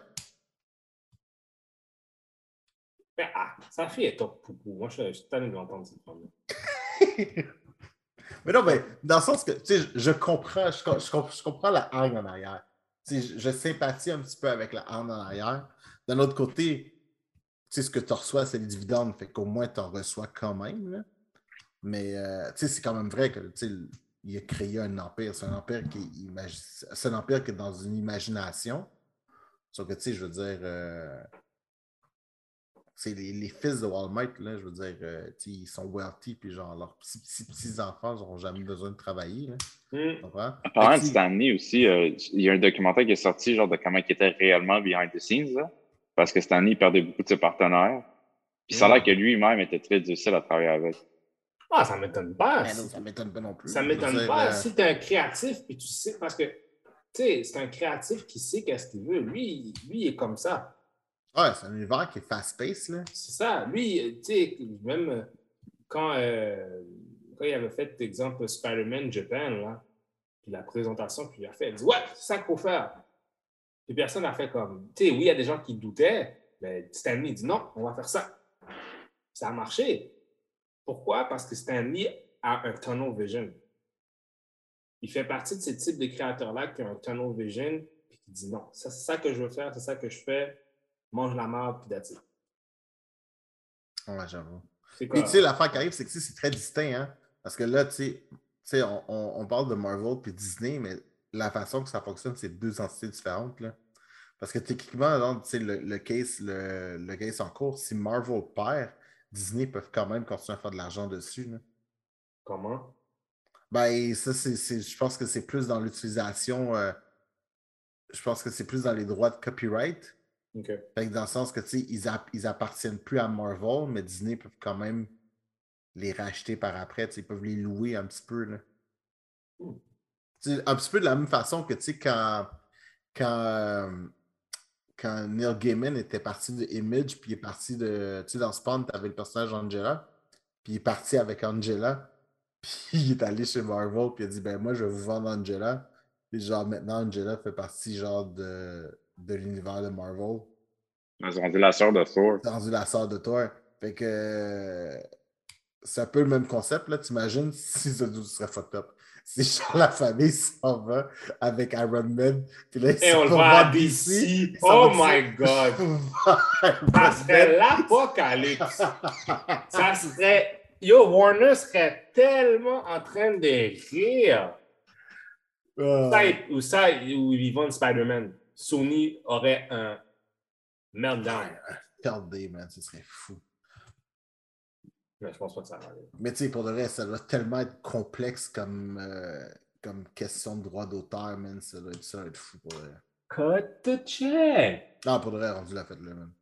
Mais ah, sa fille est top poupou. Moi, je suis tanné de l'entendre cette femme-là. Mais non, mais dans le sens que, tu sais, je comprends, je, je, je comprends la haine en arrière. Tu sais, je, je sympathie un petit peu avec la haine en arrière. D'un autre côté, tu sais, ce que tu reçois, c'est les dividendes, fait qu'au moins, tu en reçois quand même, là. Mais, euh, tu sais, c'est quand même vrai que, tu sais, il a créé un empire. C'est un empire qui est, imagi... c'est un empire qui est dans une imagination. Sauf que, tu sais, je veux dire... Euh... C'est les, les fils de Walmart, là, je veux dire, euh, ils sont wealthy, puis genre, leurs petits, petits, petits enfants n'auront jamais besoin de travailler. Là. Mm. En parlant de Stanley aussi, euh, il y a un documentaire qui est sorti, genre, de comment il était réellement behind the scenes, là, parce que Stanley perdait beaucoup de ses partenaires. Puis ça a l'air que lui-même était très difficile à travailler avec. Ah, ça m'étonne pas. Ben non, ça m'étonne pas non plus. Ça m'étonne pas. Euh... Si tu es un créatif, puis tu sais, parce que, tu sais, c'est un créatif qui sait qu'est-ce qu'il veut. Lui, lui, il est comme ça. Ouais, c'est un univers qui est fast-paced, là. C'est ça. Lui, tu sais, même quand, euh, quand il avait fait, exemple, Spider-Man Japan, là, puis la présentation qu'il a fait, il dit « Ouais, c'est ça qu'il faut faire. » Puis personne n'a fait comme... Tu sais, oui, il y a des gens qui doutaient, mais Stanley dit « Non, on va faire ça. » Ça a marché. Pourquoi? Parce que Stanley a un tunnel vision. Il fait partie de ces types de créateurs-là qui ont un tunnel vision puis qui dit « Non, ça, c'est ça que je veux faire, c'est ça que je fais. » Mange la marde, puis that's it. Ouais, j'avoue. Puis, tu sais, l'affaire qui arrive, c'est que c'est très distinct, hein? Parce que là, tu sais, on, on, on parle de Marvel puis Disney, mais la façon que ça fonctionne, c'est deux entités différentes, là. Parce que techniquement, tu sais, le, le, case, le, le case en cours, si Marvel perd, Disney peuvent quand même continuer à faire de l'argent dessus, là. Comment? Ben, ça, c'est, je pense que c'est plus dans l'utilisation, euh, je pense que c'est plus dans les droits de copyright. Okay. Fait que dans le sens que, tu sais, ils, app- ils appartiennent plus à Marvel, mais Disney peuvent quand même les racheter par après. Ils peuvent les louer un petit peu. Là. Un petit peu de la même façon que quand, quand, euh, quand Neil Gaiman était parti de Image, puis il est parti de. Tu sais, dans Spawn, tu avais le personnage Angela, puis il est parti avec Angela, puis il est allé chez Marvel, puis il a dit ben moi, je vais vous vendre Angela. Puis genre, maintenant, Angela fait partie genre de, de l'univers de Marvel. Ils ont rendu la sœur de Thor. C'est rendu la sœur de Thor. Fait que euh, c'est un peu le même concept, là. T'imagines si ce serait fucked up. Si genre la famille s'en va avec Iron Man, puis là, ils Et on le voit à D C. Oh my God! Ça serait l'apocalypse. Ça serait... Yo, Warner serait tellement en train de rire. Uh... Ça, ou ça, ou ils vendent Spider-Man. Sony aurait un meltdown. Third Day, man, ce serait fou. Mais je pense pas que ça va aller. Mais tu sais, pour de vrai, ça doit tellement être complexe comme, euh, comme question de droit d'auteur, man. Ça doit être, ça doit être fou pour de vrai. Cut the check. Non, pour de vrai, rendu la fête là, man.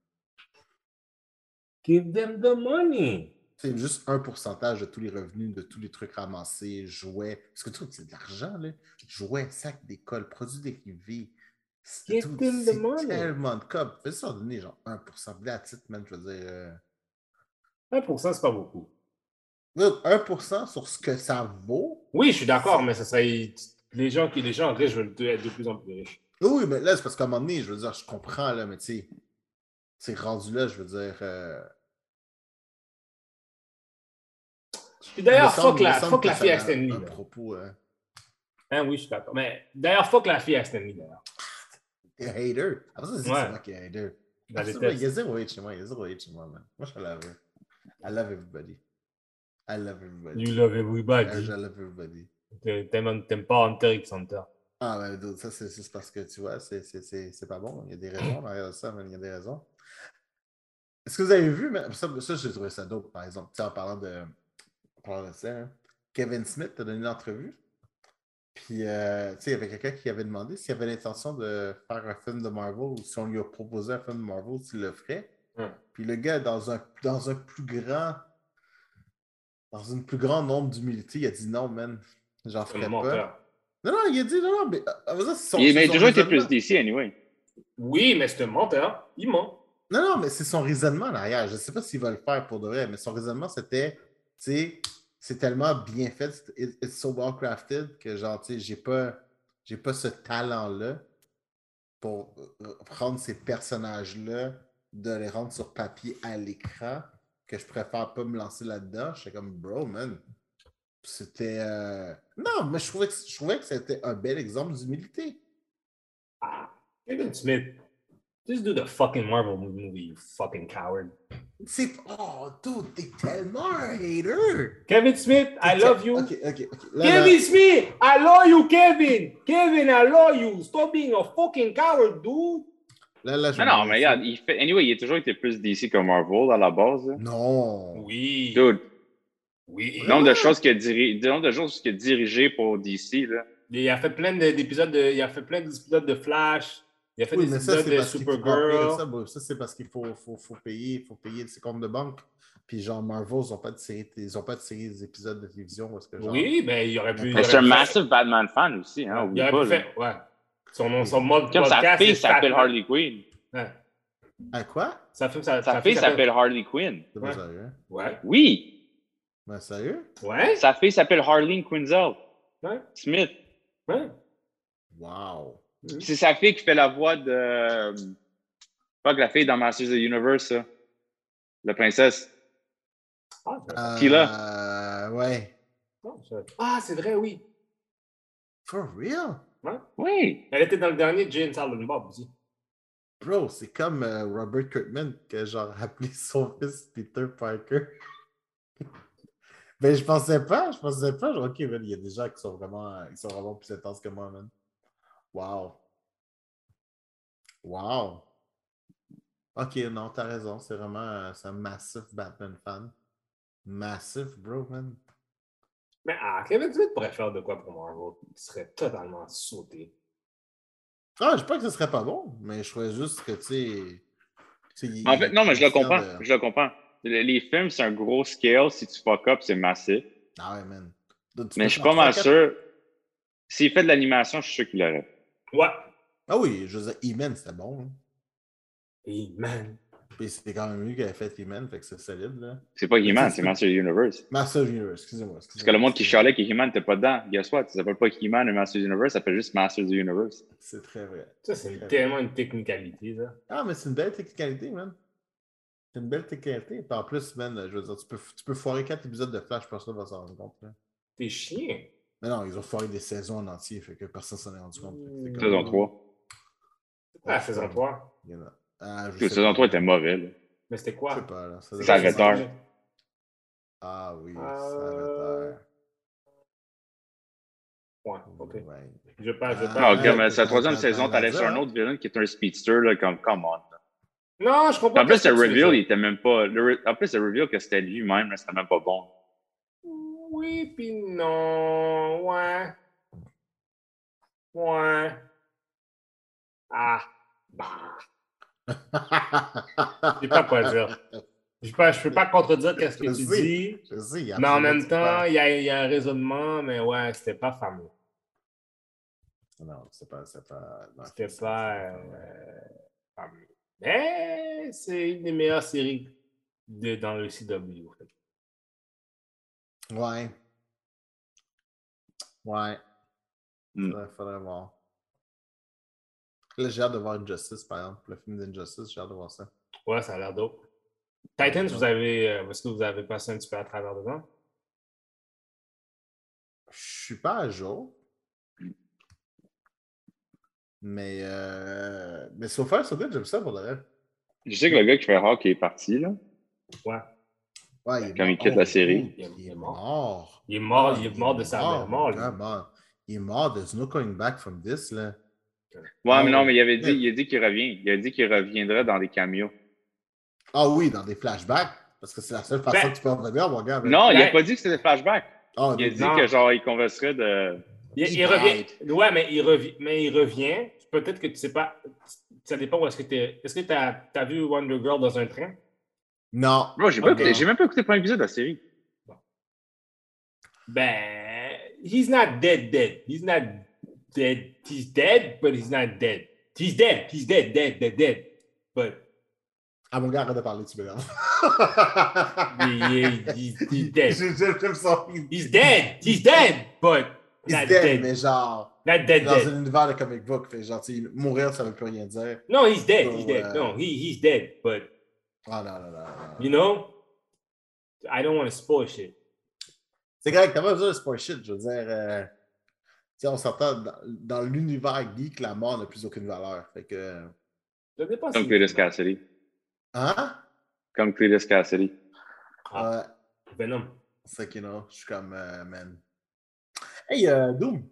Give them the money. C'est juste un pourcentage de tous les revenus, de tous les trucs ramassés, jouets. Parce que tu trouves que c'est de l'argent, là. Jouets, sacs d'école, produits dérivés. C'est Give them the money. tellement de cop. Fais ça donner genre un pour cent. De la titre, man, je veux dire. Euh... un pour cent, c'est pas beaucoup. un pour cent sur ce que ça vaut. Oui, je suis d'accord, mais ça serait. Les gens qui les gens riches veulent être de plus en plus riches. Oui, mais là, c'est parce qu'à un moment donné, je veux dire, je comprends, là, mais tu sais, c'est rendu là, je veux dire. Euh... D'ailleurs, fuck la, fuck la fille à Stanley. Un propos. Euh... Hein, oui, je suis d'accord. Mais d'ailleurs, fuck la fille à Stanley, d'ailleurs. T'es hater. Après ça, c'est ouais. moi qui est hater. Ah, c'est vrai, il y a zéro hate chez moi, il y a zéro hate chez moi, man. Moi, je love her. I love everybody. I love everybody. You love everybody. I love everybody. T'aimes pas Hunter x Hunter. Ah, ben, ça, c'est juste parce que, tu vois, c'est pas bon. Il y a des raisons derrière ça, mais il y a des raisons. Est-ce que vous avez vu, mais ça, ça j'ai trouvé ça dope, par exemple, en parlant de, en parlant de ça, hein. Kevin Smith a donné une entrevue. Puis, euh, tu sais, il y avait quelqu'un qui avait demandé s'il avait l'intention de faire un film de Marvel ou si on lui a proposé un film de Marvel, s'il le ferait. Hum. Puis le gars, dans un, dans un plus grand... Dans un plus grand nombre d'humilité, il a dit non, man. J'en ferais pas. Non, non, il a dit non, non, mais... Ça, son, il m'a toujours été plus D C, anyway. Oui, mais c'est un menteur. Il ment. Non, non, mais c'est son raisonnement derrière. Je ne sais pas s'il va le faire pour de vrai, mais son raisonnement, c'était, tu sais, c'est tellement bien fait, it's so well crafted que genre, tu sais, j'ai pas, j'ai pas ce talent-là pour prendre ces personnages-là, de les rendre sur papier à l'écran, que je préfère pas me lancer là-dedans. J'étais comme, bro, man. C'était... Euh... Non, mais je trouvais, que, je trouvais que c'était un bel exemple d'humilité. Ah, Kevin Smith. Just do the fucking Marvel movie, you fucking coward. C'est... Oh, dude, t'es tellement un hater. Kevin Smith, I love you. Okay, okay, okay. Là, Kevin là... Smith, I love you, Kevin. Kevin, I love you. Stop being a fucking coward, dude. Là, là, je non, non, mais regarde, il fait... Anyway, il a toujours été plus D C que Marvel à la base. Là. Non. Oui. Dude. Oui. Le nombre de choses qu'il a, diri... nombre de choses qu'il a dirigé pour D C, là. Il a fait plein d'épisodes de... Il a fait plein d'épisodes de Flash. Il a fait oui, des épisodes de Supergirl. Ça, bon, ça c'est parce qu'il faut, faut, faut payer, faut payer ses comptes de banque. Puis genre Marvel, ils n'ont pas de série, ils ont pas de série des épisodes de télévision parce que genre. Oui, mais il aurait pu. C'est un massive Batman fan aussi, hein. Il aurait pas, pu faire. Ouais. Son nom, son mode comme sa fille s'appelle Harley Quinn. Ouais. À quoi? Sa, fille, sa, sa, sa fille s'appelle Harley Quinn. C'est pas sérieux? Ouais. Oui. Ben, sérieux? Ouais. Sa fille s'appelle Harleen Quinzel. Ouais. Smith. Ouais. Wow. C'est sa fille qui fait la voix de. Pas que la fille dans Masters of the Universe, ça. La princesse. Ah, qui là? Euh, ouais. Ah, c'est vrai, oui. For real? Ouais. Oui. Elle était dans le dernier Jane Silent Bob aussi. Bro, c'est comme euh, Robert Kirkman qui a genre appelé son fils Peter Parker. Ben, je pensais pas, je pensais pas. Genre, ok, ben, il y a des gens qui sont vraiment, qui sont vraiment plus intenses que moi, man. Wow. Wow. Ok, non, t'as raison. C'est vraiment c'est un massif Batman fan. Massif, bro, man. Mais ah, Kevin Smith pourrait faire de quoi pour Marvel? Il serait totalement sauté. Ah, je sais pas que ce serait pas bon, mais je trouvais juste que, tu sais. En fait, non, mais je le comprends. De... Je le comprends. Les, les films, c'est un gros scale. Si tu fuck up, c'est massif. Ah ouais, man. Donc, tu Mais peux je suis faire pas mal trois, quatre- sûr. S'il fait de l'animation, je suis sûr qu'il l'aurait. Ouais. Ah oui, je veux dire, E-Man, c'était bon. Hein. Hey, man. Puis c'était quand même lui qui avait fait E-Man, fait que c'est solide, là. C'est pas Mais He-Man, tu sais, c'est tu peux- Master Universe. Master Universe, excusez-moi. Parce excusez-moi que le monde qui excusez-moi. chialait que He-Man n'était pas dedans, guess what? Ça s'appelle pas He-Man et Master Universe, ça s'appelle juste Master of the Universe. C'est très vrai. Ça, c'est une- Très tellement une technicalité, ça. Ah, mais c'est une belle technicalité, man. C'est une belle technicalité. Puis en plus, man, je veux dire, tu peux, tu peux foirer quatre épisodes de Flash, personne ne va s'en rendre compte. Là. T'es chien. Mais non, ils ont foiré des saisons en entier, fait que personne s'en est rendu compte. Fait que c'est comme- Saison trois. C'est quoi la saison trois? Il y en a- Ah, je La sais saison pas. trois était mauvais, là. Mais c'était Je quoi? sais pas, là. Ça C'est devait Ça quoi, être- avait saison tort. trois? Ah oui, ça Euh, avait tort. Ouais, ok. Ouais. Je vais pas, je vais Ah, pas. Non, comme ouais, sa troisième t'as- saison, t'as t'allais raison, sur un hein. autre villain qui est un speedster, là, comme, come on. Non, je comprends En plus, qu'est-ce le que tu veux reveal, il dire. était même pas. Le re- En plus, le reveal que c'était lui-même, là, c'était même pas bon. Oui, puis non. Ouais. Ouais. Ah. Bah. Je sais pas quoi dire. Je peux pas, je peux pas contredire qu'est-ce que Je tu sais, dis. Je sais, il y a Mais en absolument même du temps, pas. il y a, il y a un raisonnement, mais ouais, c'était pas fameux. Non, c'est pas. C'est pas. non, C'était effectivement, pas c'est fameux. euh, fameux. Mais c'est une des meilleures séries de, dans le C W. en fait. Ouais. Ouais. Mm. Faudrait, faudrait voir. Là, j'ai hâte de voir Injustice, par exemple. Le film d'Injustice, j'ai hâte de voir ça. Ouais, ça a l'air dope. Titans, vous avez, euh, est-ce que vous avez passé un petit peu à travers dedans? Je suis pas à jour. Mais, euh... mais so far, so good, j'aime ça pour le reste. Je sais que le gars qui fait Hawk est parti, là. Ouais. Ouais, il est Quand il mort. quitte la série. Il, Il est est mort. mort. Il est mort, Ah, il est mort de sa mère mort, lui. Come on. Il est mort. There's no coming back from this, là. Ouais, mais non, Oh, mais il avait dit, shit. il a dit qu'il revient. Il a dit qu'il reviendrait dans des cameos. Ah oui, dans des flashbacks. Parce que c'est la seule façon Ben- que tu peux revenir, mon gars. man. Non, il a Ben- pas dit que c'était des flashbacks. Ah, Il a non, dit non. que genre il converserait de. Il, He il revient. died. Ouais, mais il revient. Mais il revient. Peut-être que tu sais pas. Ça dépend où est-ce que tu es. Est-ce que tu as vu Wonder Girl dans un train? Non. Bro, j'ai pas Ok. écouté- j'ai même pas écouté le premier épisode de la série. Ben, he's not dead, dead. He's not dead. He's dead, but he's not dead. He's dead. He's dead, dead, dead, dead. But Ah, mon gars, arrête de parler, tu m'énerves. he, he, he, he's dead. J'aime j'aime ça. He's dead. He's dead, but He's not dead, dead. mais genre, Not dead, dans dead. un univers de comic book, fait genre, tu sais, mourir, ça veut plus rien dire. No, he's dead. So, He's dead. uh, No, he, he's dead, but Ah non, non, non. non. you know, I don't want to spoil shit. C'est correct, t'as pas besoin de spoil shit, je veux dire. Euh, tu sais, on s'entend dans, dans l'univers geek, la mort n'a plus aucune valeur. Fait que. Ça dépend Comme si- Cletus Cassidy. Hein? Comme Cletus Cassidy. Ah, Ouais. Venom. C'est que non, je suis comme, euh, man. Hey, euh, Doom.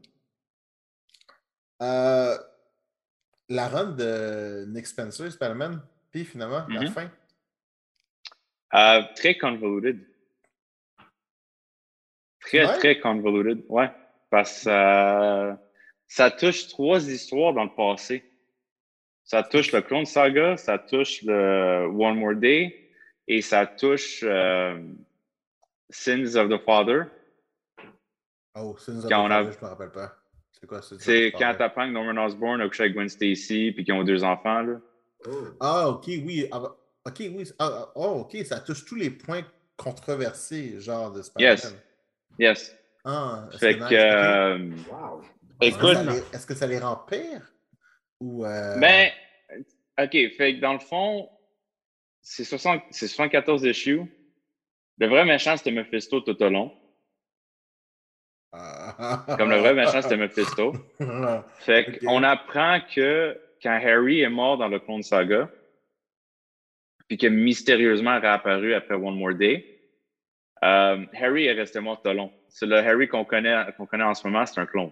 Euh, la run de Nick Spencer, Spider-Man, puis finalement, la Mhm. fin. Euh, très convoluted. Très, Ouais? très convoluted. Ouais. Parce que euh, ça touche trois histoires dans le passé. Ça touche le Clone Saga, ça touche le One More Day et ça touche euh, Sins of the Father. Oh, Sins of the Quand on a- Father, je me rappelle pas. C'est quoi Sins of C'est the quand Father? t'apprends que Norman Osborn a couché avec Gwen Stacy puis qu'ils ont deux enfants. Là. Oh. Ah, ok, oui. ah, bah, ok, oui. Ah, ah, oh, ok, ça touche tous les points controversés, genre de Spider-Man. Yes. Yes. Ah, est-ce Fait que que, nice, ok. euh, Wow. Est-ce que écoute, ça les- est-ce que ça les rend pires? Ou. Euh... ben, OK, fait que dans le fond, c'est soixante c'est soixante-quatorze issues. Le vrai méchant, c'était Mephisto tout au long. Comme le vrai méchant, c'était Mephisto. Fait Ok. qu'on apprend que quand Harry est mort dans le Clone Saga, puis que mystérieusement réapparu après One More Day, euh, Harry est resté mort tout au long. C'est le Harry qu'on connaît, qu'on connaît en ce moment, c'est un clone.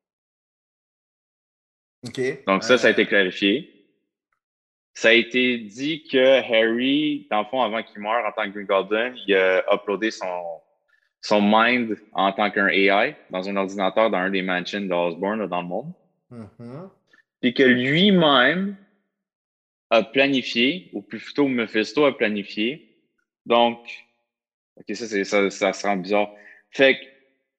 Ok. Donc ça, ça a Euh, été clarifié. Ça a été dit que Harry, dans le fond, avant qu'il meure en tant que Green Goblin, il a uploadé son, son mind en tant qu'un A I dans un ordinateur dans un des mansions d'Osborn dans le monde. mhm. Puis que lui-même a planifié, ou plutôt Mephisto a planifié, Donc, OK, ça, c'est, ça, ça se rend bizarre. Fait que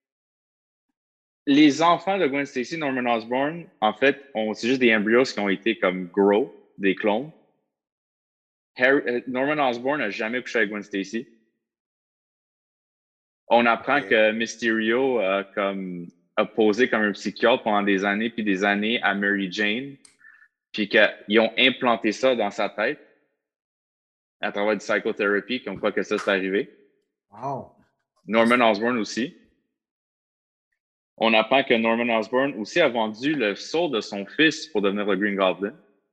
les enfants de Gwen Stacy, Norman Osborn, en fait, ont, c'est juste des embryos qui ont été comme grow, des clones. Harry, euh, Norman Osborn n'a jamais couché avec Gwen Stacy. On apprend Ok. que Mysterio a, comme, a posé comme un psychiatre pendant des années puis des années à Mary Jane, puis qu'ils ont implanté ça dans sa tête à travers du psychotherapy, comme quoi que ça s'est arrivé. Wow. Norman Osborn aussi. On apprend que Norman Osborn aussi a vendu le soul de son fils pour devenir le Green Goblin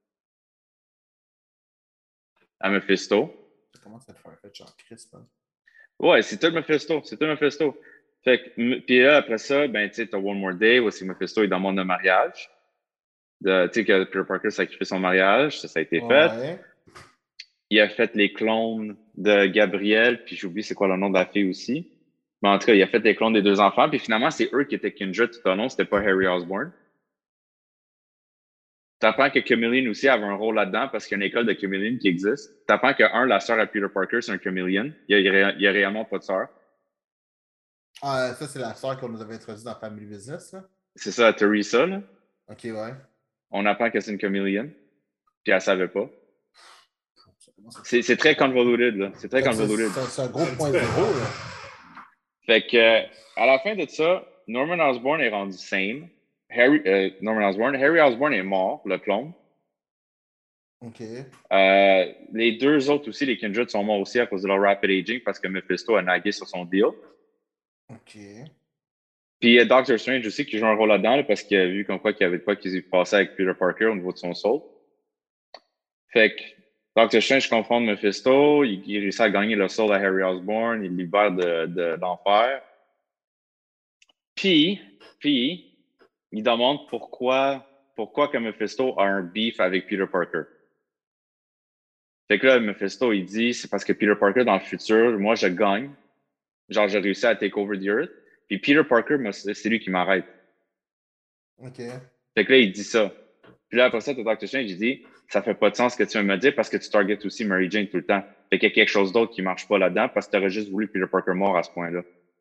à Mephisto. Ça commence à te faire fait genre Chris, man. Ouais, c'est tout Mephisto. C'est tout Mephisto. Fait que, puis là, après ça, ben, tu sais, t'as One More Day, où c'est Mephisto est dans le monde de mariage. Tu sais, que Peter Parker sacrifie son mariage, ça, ça a été fait. Ouais. Il a fait les clones de Gabriel, puis j'oublie c'est quoi le nom de la fille aussi. Mais en tout cas, il a fait les clones des deux enfants, puis finalement, c'est eux qui étaient Kindred tout au long, c'était pas Harry Osborn. T'apprends que Chameleon aussi avait un rôle là-dedans parce qu'il y a une école de Chameleon qui existe. T'apprends que, un, la sœur à Peter Parker, c'est un Chameleon. Il y a, il y a réellement pas de sœur. Ah, ça, c'est la sœur qu'on nous avait introduite dans Family Business, là. C'est ça, Teresa, là. Ok, ouais. On apprend que c'est une Chameleon, puis elle savait pas. C'est, c'est très convoluted, là. C'est très Fait que c'est, convoluted. c'est, c'est un gros point zéro, là. Fait que, à la fin de ça, Norman Osborn est rendu sane. Harry, euh, Norman Osborn. Harry Osborn est mort, le clone. Ok. Euh, les deux autres aussi, les Kindred, sont morts aussi à cause de leur rapid aging parce que Mephisto a nagué sur son deal. Ok. Puis il y a Doctor Strange aussi qui joue un rôle là-dedans là, parce qu'il a vu comme quoi qu'il y avait de quoi qui s'est passé avec Peter Parker au niveau de son soul. Fait que Doctor Strange confronte Mephisto, il, il réussit à gagner le soul à Harry Osborn, il libère de, de l'enfer. Puis, puis, il demande pourquoi, pourquoi que Mephisto a un beef avec Peter Parker. Fait que là, Mephisto, il dit, c'est parce que Peter Parker, dans le futur, moi, je gagne. Genre, j'ai réussi à take over the Earth. Puis Peter Parker, c'est lui qui m'arrête. Ok. Fait que là, il dit ça. Puis là, après ça, Doctor Strange, il dit, ça fait pas de sens ce que tu viens de me dire parce que tu targetes aussi Mary Jane tout le temps. Fait qu'il y a quelque chose d'autre qui marche pas là-dedans parce que tu aurais juste voulu Peter Parker mort à ce point-là.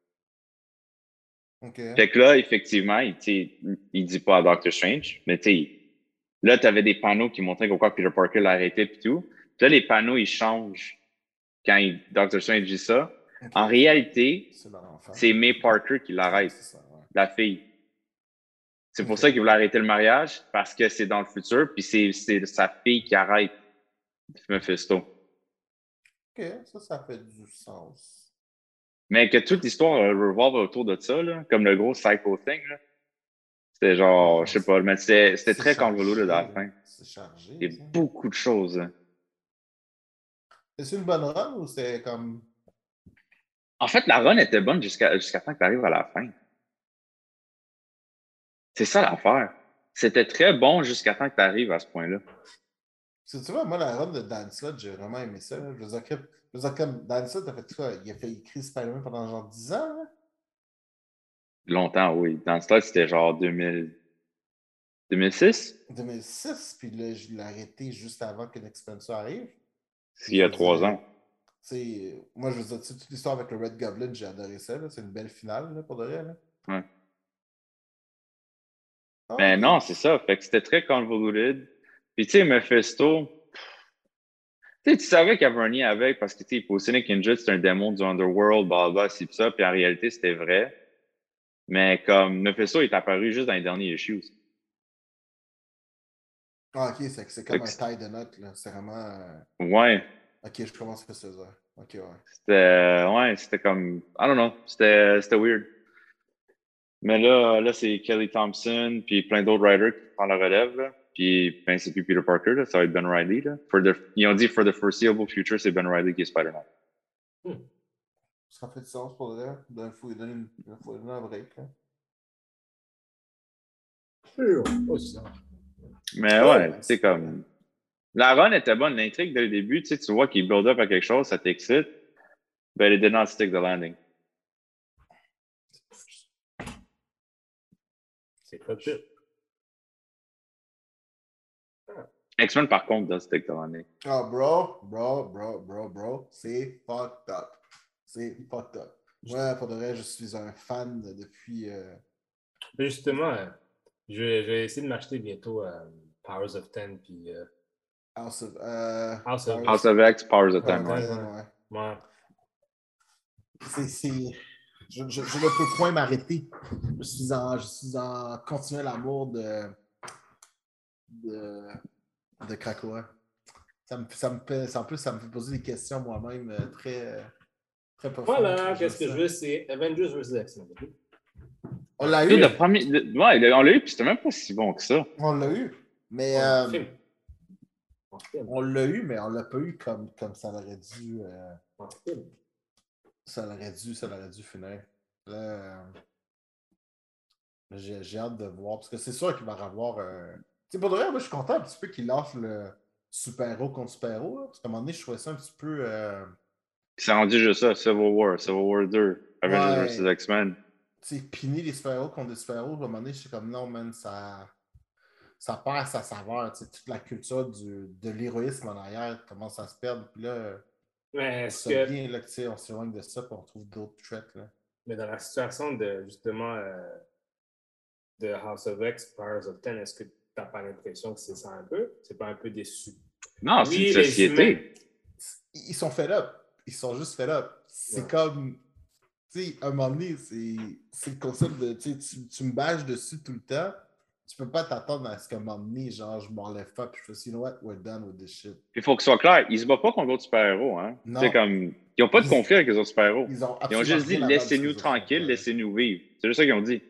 Ok. Fait que là, effectivement, il, il dit pas à Doctor Strange, mais tu sais, là, tu avais des panneaux qui montraient pourquoi Peter Parker l'arrêtait et tout. Puis là, les panneaux, ils changent quand il, Doctor Strange dit ça. Okay. En réalité, c'est, c'est May Parker qui l'arrête, ouais, ça, ouais. la fille. C'est okay. pour ça qu'il voulait arrêter le mariage, parce que c'est dans le futur, puis c'est, c'est sa fille qui arrête Mephisto. Ok, ça, ça fait du sens. Mais que toute l'histoire revolve autour de ça, là, comme le gros psycho thing, là. C'était genre, ouais, je sais pas, mais c'était, c'était très convoluted à la fin. C'est chargé. Il y a beaucoup de choses. Hein. C'est une bonne run ou c'est comme. En fait, la run était bonne jusqu'à, jusqu'à temps que tu arrives à la fin. C'est ça l'affaire. C'était très bon jusqu'à temps que tu arrives à ce point-là. Tu vois, moi, la run de Dan Slott, j'ai vraiment aimé ça. Là. Je veux dire, que, je veux dire comme Dan Slott a fait quoi? Il a fait écrire Spider-Man pendant genre dix ans. Là? Longtemps, oui. Dans ce temps, c'était genre deux mille... deux mille six? deux mille six, puis là, je l'ai arrêté juste avant que Nick Spencer arrive. Il y a trois ans. Moi, je veux dire, toute l'histoire avec le Red Goblin, j'ai adoré ça. C'est une belle finale, là, pour de vrai. Là. Ouais. Oh, Mais okay. non, c'est ça. Fait que c'était très convoluted. Puis, tu sais, Mephisto, tu sais, tu savais qu'il y avait un lien avec parce que, tu sais, pour Cynic Kindred, c'est un démon du Underworld, blablabla, c'est ça. Puis en réalité, c'était vrai. Mais comme Mephisto est apparu juste dans les derniers issues. Ah, ok, c'est, c'est comme un taille de note, là. C'est vraiment. Euh... Ouais. Ok, je commence à faire ça. Ok, ouais. C'était, ouais, c'était comme, I don't know, c'était, c'était weird. Mais là, là c'est Kelly Thompson, puis plein d'autres writers qui prennent la relève, là. Puis, ben, c'est plus Peter Parker, là, ça va être Ben Reilly, là. For the, ils ont dit for the foreseeable future, c'est Ben Reilly qui est Spider-Man. Hmm. Ça fait du sens pour le Il faut lui donner, une... faut lui donner un break, là. Oh, ça. Mais ouais, oh, c'est comme. La run était bonne, l'intrigue dès le début, tu sais, tu vois qu'il build up à quelque chose, ça t'excite. But it did not stick the landing. C'est pas pire. X-Men, par contre, là, c'était excellent. Oh, bro, bro, bro, bro, bro, c'est fucked up. C'est fucked up. Ouais, pour de vrai, je suis un fan depuis... Euh... Mais justement, euh, je, vais, je vais essayer de m'acheter bientôt euh, Powers of Ten, puis... Euh... House of... Euh... House of... House of X, Powers of Powers Ten, of ouais. Ten, ouais. ouais. ouais. C'est... c'est... Je, je, je ne peux point m'arrêter. Je suis en, je suis en continuel amour de... de... de Krakoa. Ça me, ça me fait, en plus, ça me fait poser des questions moi-même euh, très, euh, très profondes. Voilà, qu'est-ce que je veux, c'est Avengers versus. X-Men. On l'a Dude, eu. le premier... le- Ouais, on l'a eu, puis c'était même pas si bon que ça. On l'a eu. Mais... Ouais, euh, film. En film. on l'a eu, mais on l'a pas eu comme, comme ça l'aurait dû... Euh, En film. ça l'aurait dû, ça l'aurait dû finir. Là, euh, j'ai, j'ai hâte de voir, parce que c'est sûr qu'il va y avoir... Euh... Tu sais, pour de vrai, moi, je suis content un petit peu qu'il lance le super-héros contre super-héros, là, parce qu'à un moment donné, je trouvais ça un petit peu... Euh... C'est rendu juste ça, Civil War, Civil War deux, Avengers Ouais. versus X-Men. Tu sais, piner les super-héros contre des super-héros, à un moment donné, je suis comme, non, man, ça... ça perd sa saveur, tu sais, toute la culture du, de l'héroïsme en arrière commence à se perdre, puis là, Mais est-ce ça que... vient, là, tu sais, on s'éloigne de ça, puis on trouve d'autres threats, là. Mais dans la situation de, justement, euh, de House of X, Powers of Ten, est-ce que tu n'as pas l'impression que c'est ça un peu? C'est pas un peu déçu? Non, Oui, c'est une les société. humains- Ils sont fed up. Ils sont juste fed up. C'est Ouais. comme, tu sais, à un moment donné, c'est, c'est le concept de, tu sais, tu, tu me bâches dessus tout le temps, tu peux pas t'attendre à ce qu'à un moment donné, genre, je m'enlève pas, puis je fais, you know what, we're done with this shit. Il faut que ce soit clair, ils se battent pas contre d'autres super-héros, hein. Non. C'est comme... Ils ont pas de Ils- conflit avec les autres super-héros. Ils ont, Ils ont juste dit, absolument rien à voir avec ce laissez-nous qu'ils ont fait. tranquilles, Ouais. laissez-nous vivre. C'est juste ça qu'ils ont dit.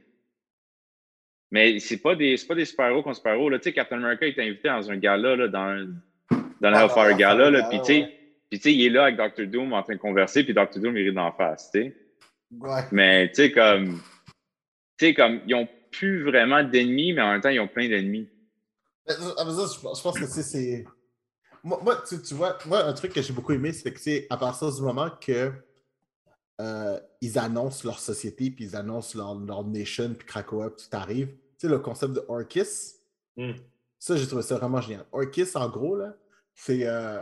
Mais c'est pas des, c'est pas des super-héros contre super-héros. Là. Tu sais, Captain America est invité dans un gala, là, dans, dans le Ah, Hellfire dans Gala, là, Gala, puis tu sais, ouais. puis tu sais, il est là avec docteur Doom en train de converser, puis docteur Doom, il rit d'en face, tu sais. Ouais. Mais tu sais, comme, tu sais, comme, ils ont plus vraiment d'ennemis, mais en même temps, ils ont plein d'ennemis. Mais, ah, mais ça, je, je pense que c'est... c'est... Moi, moi tu, tu vois, moi, un truc que j'ai beaucoup aimé, c'est que c'est à partir du moment que euh, ils annoncent leur société, puis ils annoncent leur, leur nation, puis Krakoa, puis tout arrive. Tu sais, le concept de Orchis, Hmm. ça, j'ai trouvé ça vraiment génial. Orchis, en gros, là, c'est... Euh,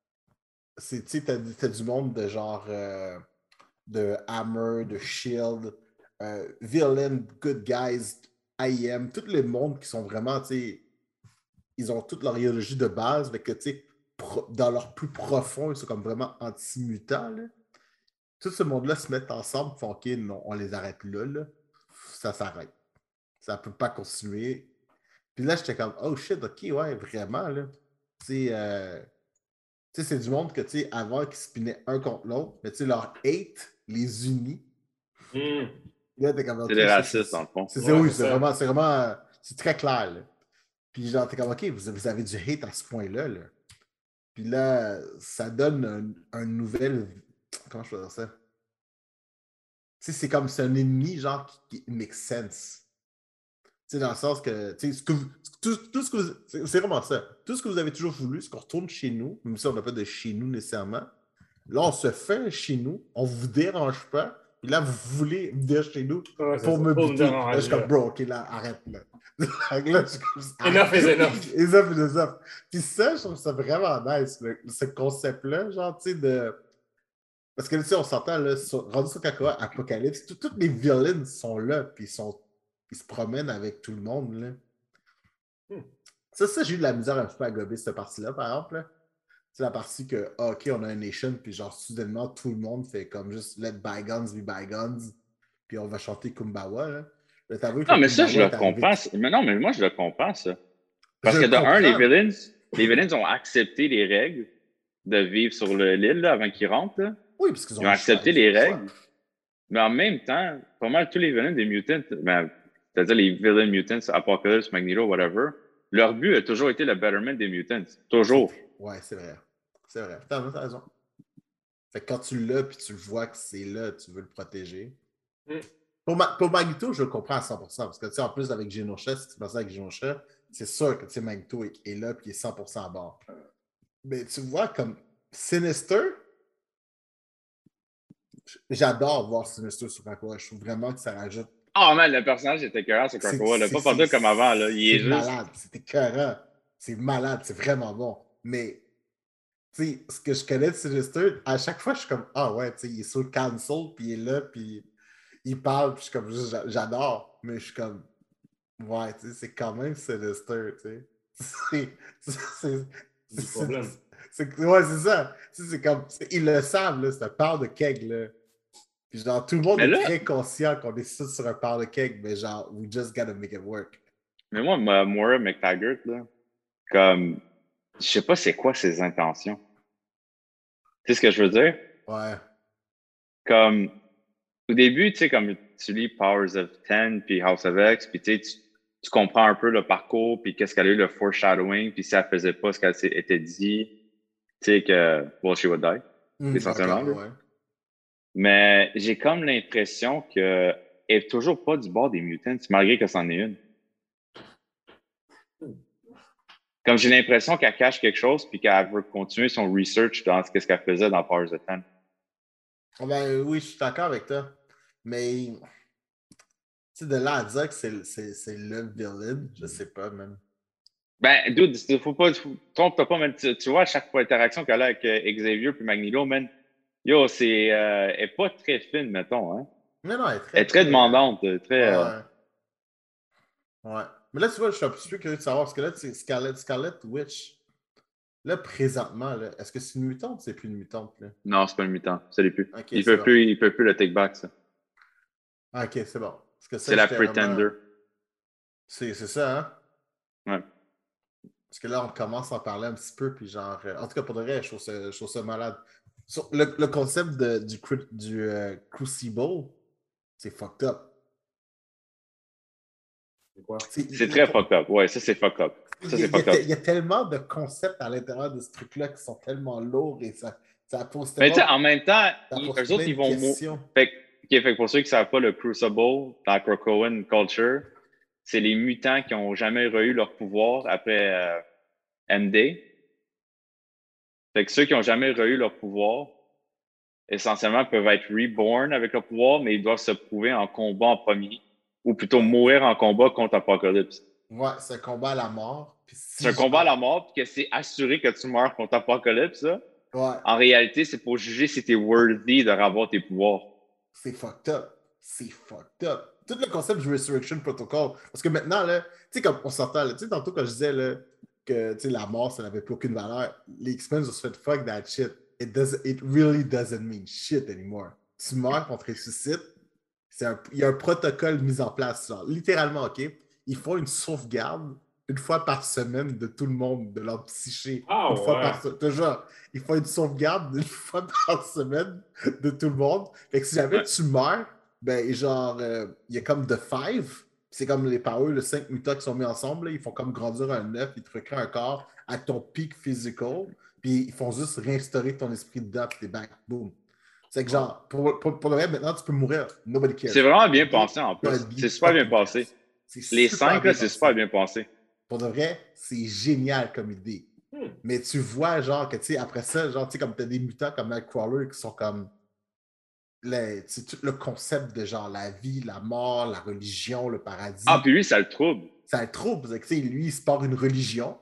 c'est, tu sais, t'as, t'as du monde de genre... Euh, de Hammer, de Shield, euh, Villain, Good Guys, I M, tout le monde qui sont vraiment, tu sais... Ils ont toute leur idéologie de base, mais que, tu sais, pro- dans leur plus profond, ils sont comme vraiment anti-mutants, là. Tout ce monde-là se met ensemble, font OK, non, on les arrête là, là. Ça s'arrête. Ça ne peut pas continuer. Puis là, j'étais comme, oh shit, OK, ouais, vraiment, là. Tu sais, euh, tu sais, c'est du monde que, tu sais, avant, qui se pinaient un contre l'autre, mais tu sais, leur hate les unit. Hmm. Là, t'es comme, OK, C'est des ça, racistes, c'est- dans le fond. C'est, c'est- Ouais, oui, c'est c'est ça. vraiment, c'est vraiment, euh, c'est très clair, là. Puis genre, t'es comme, OK, vous, vous avez du hate à ce point-là, là. Puis là, ça donne un, un nouvel... Comment je peux dire ça? Tu sais, c'est comme, c'est un ennemi, genre, qui, qui make sense. Tu sais, dans le sens que, tu sais, ce que vous- tout, tout ce que vous... C'est, c'est vraiment ça. Tout ce que vous avez toujours voulu, c'est qu'on retourne chez nous, même si on n'a pas de chez nous nécessairement. Là, on se fait un chez nous, on vous dérange pas, puis là, vous voulez venir chez nous Ouais, c'est pour ça. me Pour me buter. Là, déranger, je suis comme, là. bro, OK, là, arrête, là. Là, je suis comme, Enough is enough. Enough is enough. Puis ça, je trouve ça vraiment nice, le- ce concept-là, genre, tu sais, de... Parce que, tu sais, on s'entend, là, sur, rendu sur Krakoa, Apocalypse, tout- tous les villains sont là, puis ils, sont, ils se promènent avec tout le monde, là. Hmm. Ça, ça, j'ai eu de la misère un peu à gober cette partie-là, par exemple, là. C'est la partie que, ah, OK, on a un nation, puis genre, soudainement, tout le monde fait comme juste let bygones be bygones, puis on va chanter Kumbawa, là. Là, t'as vu que Non, mais ça, je Kumbawa le est arrivé- comprends. Mais non, mais moi, je le comprends, ça. Parce Je que le de un, les comprends. villains, les villains ont accepté les règles de vivre sur le- l'île là, avant qu'ils rentrent. Là. Oui, parce qu'ils ont Ils ont le choix, accepté ils les ont le choix. règles. Mais en même temps, pas mal tous les villains des mutants, ben, c'est-à-dire les villains mutants, Apocalypse, Magneto, whatever, leur but a toujours été le betterment des mutants. Toujours. Ouais, c'est vrai. C'est vrai. T'as, t'as raison. Fait que quand tu l'as puis tu le vois que c'est là, tu veux le protéger. Mm. Pour, Ma- pour Magneto, je le comprends à cent pour cent. Parce que, tu sais, en plus, avec Genosha, si tu passes avec Genosha, c'est sûr que, tu sais, Magneto est, est là puis il est cent pour cent à bord. Mais tu vois, comme Sinister, j'adore voir Sinister sur Krakoa. Je trouve vraiment que ça rajoute. Ah, man, le personnage était écœurant sur Krakoa. Là. C'est- Pas c'est- partout comme avant. Là. Il est c'est juste. malade. C'est écœurant. C'est malade, c'est vraiment bon. Mais, tu sais, ce que je connais de Sinister, à chaque fois, je suis comme, ah ouais, tu sais, il est sur le console, puis il est là, puis il parle, puis je suis comme, j'a- j'adore. Mais je suis comme, ouais, tu sais, c'est quand même Sinister, tu sais. C'est. c'est- Du c'est- problème. c'est- c'est- Ouais, c'est ça. Tu sais, c'est comme, c'est- ils le savent, là, c'est un part de keg, là. Puis genre, tout le monde Mais est là, très conscient qu'on est tous sur un part de keg, mais genre, we just gotta make it work. mais moi, ma- Moira McTaggart, là, comme, je sais pas c'est quoi ses intentions. Tu sais ce que je veux dire? Ouais. Comme, au début, tu sais, comme tu lis Powers of Ten puis House of X, puis tu sais, tu tu comprends un peu le parcours, puis qu'est-ce qu'elle a eu, le foreshadowing, puis si elle faisait pas ce qu'elle s'était dit, tu sais, que, well, she would die, Hmm, essentiellement. ok, là. ouais. Mais j'ai comme l'impression qu'elle est toujours pas du bord des mutants, malgré que c'en est une. Comme j'ai l'impression qu'elle cache quelque chose, puis qu'elle veut continuer son research dans ce qu'est-ce qu'elle faisait dans Powers of Ten. Ah ben oui, je suis d'accord avec toi. Mais, tu sais, de là à dire que c'est c'est- c'est le villain, je sais pas, man. Ben, dude, il faut pas, faut- trompe-toi pas, man. Tu, tu vois, à chaque fois interaction qu'elle a avec euh, Xavier puis Magneto, man, yo, c'est, euh, elle est pas très fine, mettons, hein. Mais non, elle est Elle très, est très très. euh, demandante, euh, très, euh, Ouais. Ouais. Mais là, tu vois, je suis un petit peu curieux de savoir, parce que là, c'est Scarlet, Scarlet Witch. Là, présentement, là, est-ce que c'est une mutante ou c'est plus une mutante, là? non, c'est pas un mutant, ça l'est plus. Ok, Il c'est peut bon. plus, il peut plus le take back, ça. Ah, ok, c'est bon. Parce que ça, C'est la j'étais vraiment. Pretender. C'est c'est ça, hein? Ouais. Parce que là, on commence à en parler un petit peu, puis genre. euh, En tout cas, pour de vrai, je trouve ça, je trouve ça malade. Sur le, le concept de, du, cru- du euh, Crucible, c'est fucked up. C'est quoi? C'est- C'est il- très pour- fucked up. Ouais, ça, c'est fucked up. Il Ça, y, a, c'est il y a fucked te- up. il y a tellement de concepts à l'intérieur de ce truc-là qui sont tellement lourds et ça, ça pose Mais tu sais, tellement, en même temps, ça ils- pose eux autres, plein ils de vont mou- questions. Fait, que- ok, fait que pour ceux qui savent pas, le Crucible, dans la Krakoan culture, c'est les mutants qui ont jamais eu leur pouvoir après euh, M D. Fait que ceux qui ont jamais eu leur pouvoir, essentiellement, peuvent être reborn avec leur pouvoir, mais ils doivent se prouver en combat en premier, ou plutôt Ouais, mourir en combat contre Apocalypse. ouais, c'est un combat à la mort. Puis C'est si un combat à genre. la mort, puis que c'est assuré que tu meurs contre Apocalypse, ça. Ouais, En réalité, c'est pour juger si tu es worthy de avoir tes pouvoirs. c'est fucked up. C'est fucked up. Tout le concept du Resurrection Protocol. Parce que maintenant, là, tu sais, comme on s'entend, là, tu sais, tantôt quand je disais là, que tu sais, la mort, ça n'avait plus aucune valeur, les X-Men se sont fait fuck that shit. It, does, it really doesn't mean shit anymore. Tu meurs, on te ressuscite. C'est un- il y a un protocole mis en place. Genre, littéralement, OK? Ils font une sauvegarde une fois par semaine de tout le monde, de leur psyché. Ah Une fois ouais. par semaine. Toujours. Ils font une sauvegarde une fois par semaine de tout le monde. Fait que si jamais Ouais. tu meurs, ben genre, euh, il y a comme The Five. C'est comme les Power, les cinq mutants qui sont mis ensemble. Là, ils font comme grandir un neuf, ils te recréent un corps à ton pic physical. Puis ils font juste réinstaurer ton esprit dedans, puis t'es back. Boom. C'est que genre, pour, pour, pour le vrai, maintenant, tu peux mourir. Nobody cares. C'est vraiment bien pensé en plus. Nobody C'est super bien fucking passé. cares. C'est Les super cinq, bien là, c'est pensé. super bien pensé. Pour de vrai, c'est génial comme idée. Hmm. Mais tu vois, genre, que tu sais, après ça, genre, tu sais, comme tu as des mutants comme Nightcrawler qui sont comme. Les, tu sais, tout le concept de genre la vie, la mort, la religion, le paradis. Ah, puis lui, ça le trouble. Ça le trouble. Parce que, tu sais, lui, il se part une religion.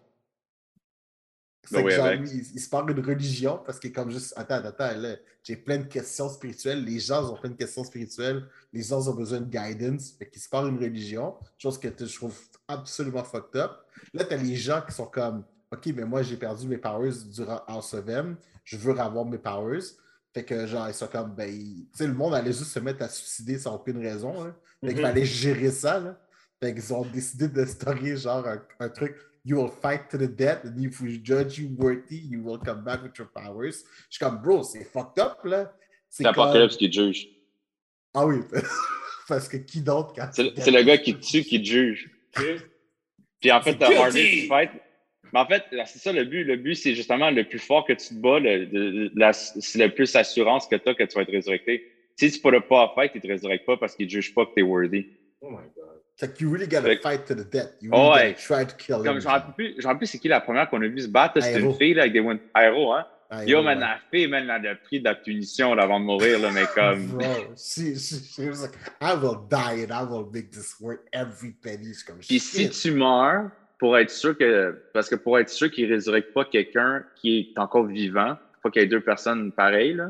C'est Ben que oui, genre, avec. lui, il, il se part une religion parce qu'il est comme juste. Attends, attends, là, j'ai plein de questions spirituelles. Les gens ont plein de questions spirituelles. Les gens ont besoin de guidance. Fait qu'il se part une religion. Chose que je trouve absolument fucked up. Là, t'as les gens qui sont comme OK, mais moi, j'ai perdu mes powers durant House of M. Je veux avoir mes powers. Fait que, genre, ils sont comme, ben, tu sais, le monde allait juste se mettre à se suicider sans aucune raison. Hein. Fait qu'il Mhm. fallait gérer ça, là. Fait qu'ils ont décidé d'instaurer, genre, un, un truc. You will fight to the death, and if we judge you worthy, you will come back with your powers. Je suis comme, bro, c'est fucked up, là. C'est comme... Apocalypse qui te juge. Ah oui, parce que qui d'autre quand C'est c'est le gars qui te tue qui te juge. Ok. Puis en fait, C'est t'as guilty! Hardy qui fight. Mais en fait, c'est ça le but. Le but, c'est justement le plus fort que tu te bats, le, le- la- c'est le plus assurance que tu as que tu vas être résurrecté. Si tu ne pourras pas à fight, ils ne te résurrectent pas parce qu'ils ne jugent pas que tu es worthy. Oh my god. C'est que you really gotta Fait que- fight to the death. You really Oh, gotta ouais. try to kill Comme him. je me rappelle plus, je me rappelle plus c'est qui la première qu'on a vu se battre. C'était Aéro. une fille là, avec des win- Aéro, hein? Aéro, Yo, man, ouais. la fille, man, elle a pris de la punition là, avant de mourir, là, mais comme. Bro, she, she, she was like, I will die and I will make this worth every penny. Je suis comme, Puis shit. si tu meurs, pour être sûr que. Parce que pour être sûr qu'il ne résurrecte pas quelqu'un qui est encore vivant, faut qu'il y ait deux personnes pareilles, là.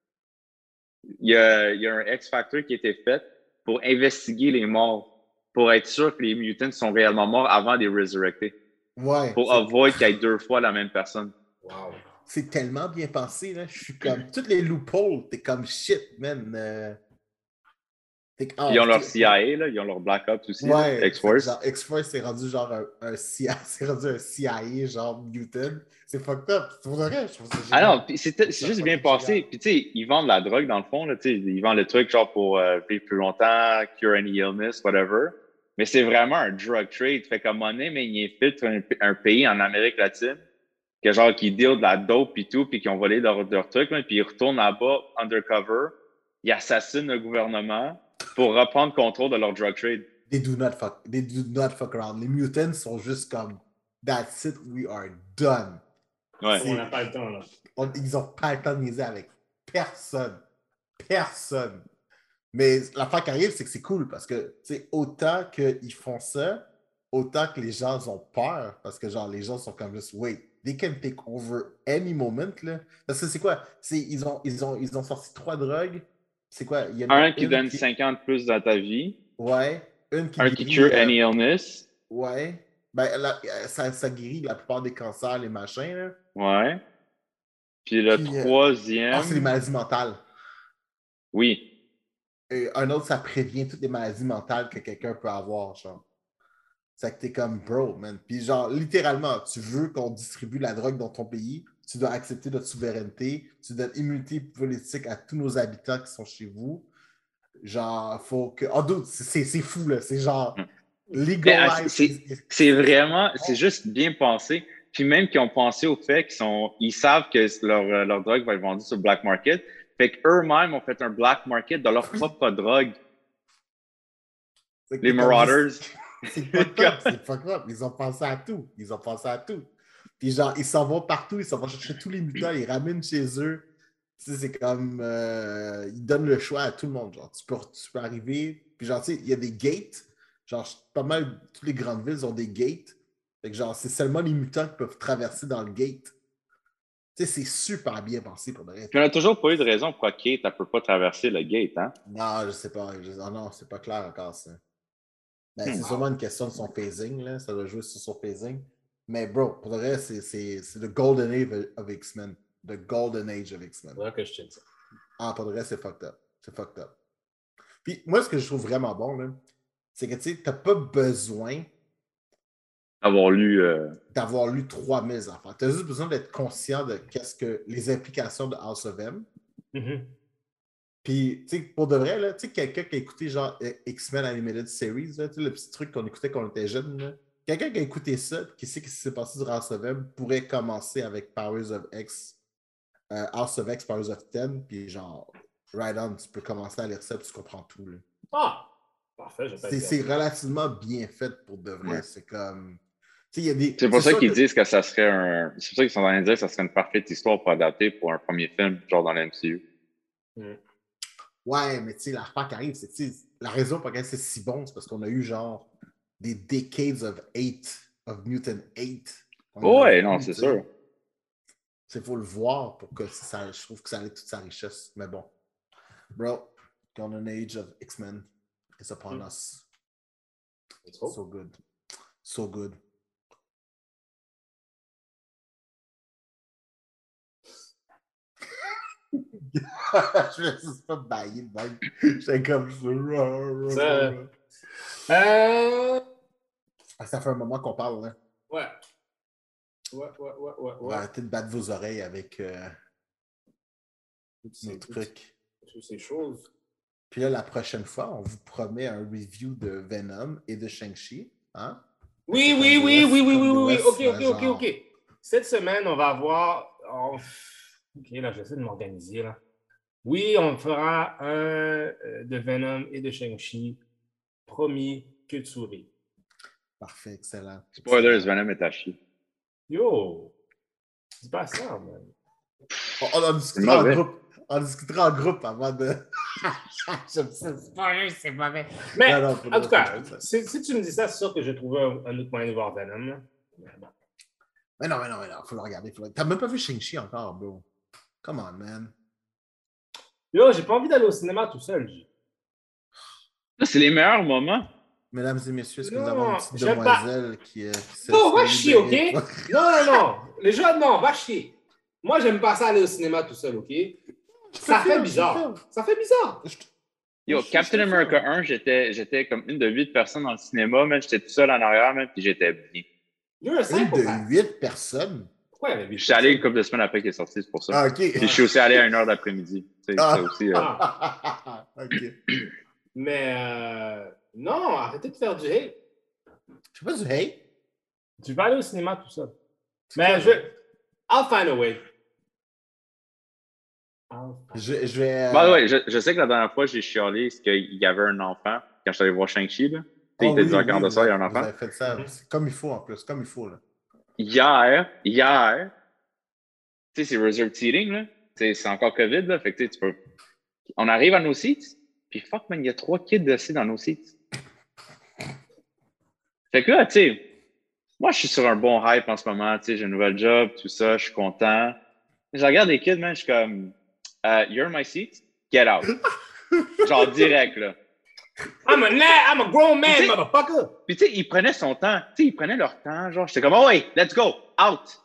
Il y a, il y a un X-Factor qui a été fait pour investiguer les morts, pour être sûr que les mutants sont réellement morts avant de les resurrecter. Ouais. Pour avoid qu'il y ait deux fois la même personne. Wow. C'est tellement bien pensé, là. Je suis comme. Toutes les loopholes, t'es comme shit, man. Euh... T'es... Oh, ils ont leur t'es... C I A, là, ils ont leur Black Ops aussi, ouais, X-Force. Genre, X-Force, c'est rendu genre un, un C I A, c'est rendu un C I A, genre Mutant. C'est fucked up. C'est pour de vrai, je trouve ça génial. Ah non, pis c'est, c'est juste bien passé. Puis tu sais, ils vendent la drogue dans le fond, là, tu sais, ils vendent le truc genre pour euh, vivre plus longtemps, cure any illness, whatever. Mais c'est vraiment un drug trade. Fait qu'à un moment donné, mais ils infiltrent un, un pays en Amérique latine, que genre qui deal de la dope et tout, puis qui ont volé leur, leur truc, là, puis ils retournent là-bas undercover, ils assassinent le gouvernement pour reprendre contrôle de leur drug trade. They do not fuck, they do not fuck around. Les mutants sont juste comme that's it, we are done. Ouais. On n'a pas le temps, là. On, ils n'ont pas le temps de niaiser avec personne. Personne. Mais l'affaire qui arrive, c'est que c'est cool parce que, tu sais, autant qu'ils font ça, autant que les gens ont peur parce que, genre, les gens sont comme juste, wait, they can take over any moment, là. Parce que c'est quoi? C'est, ils, ont, ils, ont, ils ont sorti trois drogues. C'est quoi? Il y en a Un qui une donne qui... cinquante plus dans ta vie. Ouais. Une qui un guérit, qui cure euh... any illness. Ouais. Ben, la, ça, ça guérit la plupart des cancers, les machins, là. Ouais. Puis le Puis, troisième. Euh... Ah, c'est les maladies mentales. Oui. Et un autre, ça prévient toutes les maladies mentales que quelqu'un peut avoir, genre. C'est que t'es comme bro, man. Puis genre, littéralement, tu veux qu'on distribue la drogue dans ton pays, tu dois accepter notre souveraineté, tu donnes immunité politique à tous nos habitants qui sont chez vous. Genre, faut que... Oh, dude, c'est, c'est fou, là. C'est genre... Legalize. C'est, c'est vraiment... C'est juste bien pensé. Puis même qu'ils ont pensé au fait qu'ils sont... Ils savent que leur, leur drogue va être vendue sur le black market. Fait qu'eux-mêmes ont fait un black market de leur propre drogue. Les Marauders. C'est fucked up, c'est fucked up. Ils ont pensé à tout. Ils ont pensé à tout. Puis genre, ils s'en vont partout, ils s'en vont chercher tous les mutants, ils ramènent chez eux. Tu sais, c'est comme... Euh, ils donnent le choix à tout le monde. Genre, tu peux, tu peux arriver... Puis genre, tu sais, il y a des gates. Genre, pas mal, toutes les grandes villes ont des gates. Fait que genre, c'est seulement les mutants qui peuvent traverser dans le gate. Tu sais, c'est super bien pensé pour le reste. On n'a toujours pas eu de raison pourquoi Kate ne peut pas traverser le gate, hein? Non, je sais pas. Je... Oh non, c'est pas clair encore, ça. Ben, c'est wow. Sûrement une question de son phasing, là. Ça doit jouer sur son phasing. Mais bro, pour le reste, c'est, c'est, c'est le Golden Age of X-Men. The Golden Age of X-Men. Ouais, que je tiens ça. Ah, pour le reste, c'est fucked up. C'est fucked up. Puis moi, ce que je trouve vraiment bon, là, c'est que tu sais, t'as pas besoin d'avoir lu euh... d'avoir lu trois mille affaires. T'as juste besoin d'être conscient de qu'est-ce que les implications de House of M. Mm-hmm. Puis, tu sais, pour de vrai, là, tu sais, quelqu'un qui a écouté genre X-Men Animated Series, là, tu sais, le petit truc qu'on écoutait quand on était jeune, là, quelqu'un qui a écouté ça, qui sait ce qui s'est passé sur House of M, pourrait commencer avec Powers of X, euh, House of X, Powers of Ten, puis genre, right on, tu peux commencer à lire ça, puis tu comprends tout, là. Ah! Parfait, je c'est, c'est relativement bien fait pour de vrai. Ouais. C'est comme... Y a des... C'est pour c'est ça qu'ils que... disent que ça serait un... C'est pour ça qu'ils sont en train de dire que ça serait une parfaite histoire pour adapter pour un premier film, genre dans l'M C U. Mm. Ouais, mais tu sais, l'affaire qui arrive, c'est que la raison pour laquelle c'est si bon, c'est parce qu'on a eu genre des decades of eight, of Mutant eight. Oh ouais, non, c'est sûr. Il faut le voir pour que ça, je trouve que ça ait toute sa richesse. Mais bon. Bro, Golden Age of X-Men is upon mm. us. So good. So good. Je me suis pas baillé de même. J'étais comme ça. Euh... Ah, ça fait un moment qu'on parle, là. Ouais. Ouais, ouais, ouais, ouais. ouais. On va arrêter de battre vos oreilles avec euh, nos trucs. Toutes ces choses. Puis là, la prochaine fois, on vous promet un review de Venom et de Shang-Chi. Hein? Oui, oui, oui, oui, oui, oui, oui, oui. OK, OK, OK, OK. Cette semaine, on va avoir... On... OK, là, j'essaie de m'organiser, là. Oui, on fera un euh, de Venom et de Shang-Chi. Promis, que de souris. Parfait, excellent. Spoilers, Venom est à chier. Yo! C'est pas ça, man. On, on, en discutera en groupe. On discutera en groupe avant de. J'aime ça. C'est pas juste, c'est pas vrai. Mais, Non, non, en tout cas, si, si tu me dis ça, c'est sûr que j'ai trouvé un, un autre moyen de voir Venom. Là. Mais non, mais non, mais non, faut le regarder. Faut le... T'as même pas vu Shang-Chi encore, bro. Come on, man. Yo, j'ai pas envie d'aller au cinéma tout seul. Là, c'est les meilleurs moments. Mesdames et messieurs, est-ce que Non, nous avons une petite j'aime demoiselle pas. qui est. Non, va chier, OK? Non, non, non. Les gens, non, va chier. Moi, j'aime pas ça aller au cinéma tout seul, OK? Ça fait bizarre. Ça fait bizarre. Yo, Captain America un, j'étais, j'étais comme une de huit personnes dans le cinéma, mais j'étais tout seul en arrière, même, puis j'étais bien. Une de huit personnes? Pourquoi il y avait huit Je suis allé une couple de semaines après qu'il est sorti, c'est pour ça. Ah, OK. Puis je suis aussi allé à une heure d'après-midi. C'est ah. aussi. Euh... Ah. OK. Mais euh, non, arrêtez de faire du hate. Je fais pas du hate. Tu vas aller au cinéma tout seul. Mais je. I'll find a way. Je, je vais. Euh... Bah ouais, je, je sais que la dernière fois, j'ai chialé, c'est qu'il y avait un enfant quand je suis allé voir Shang-Chi. Là. Oh, il était oui, dix heures quarante de soir, il y a un enfant. Vous avez fait ça. C'est comme il faut en plus, comme il faut. Là. Hier, hier, tu sais, c'est reserved seating, là. C'est, c'est encore COVID, là. Fait que tu peux. On arrive à nos seats, puis fuck, man, il y a trois kids assis dans nos seats. Fait que là, tu sais, moi, je suis sur un bon hype en ce moment, tu sais, j'ai un nouvel job, tout ça, je suis content. Je regarde les kids, man, je suis comme, uh, you're in my seat, get out. Genre direct, là. I'm a, I'm a grown man, puis motherfucker! Puis tu sais, ils prenaient son temps, tu sais, ils prenaient leur temps, genre, j'étais comme, oh ouais, let's go, out!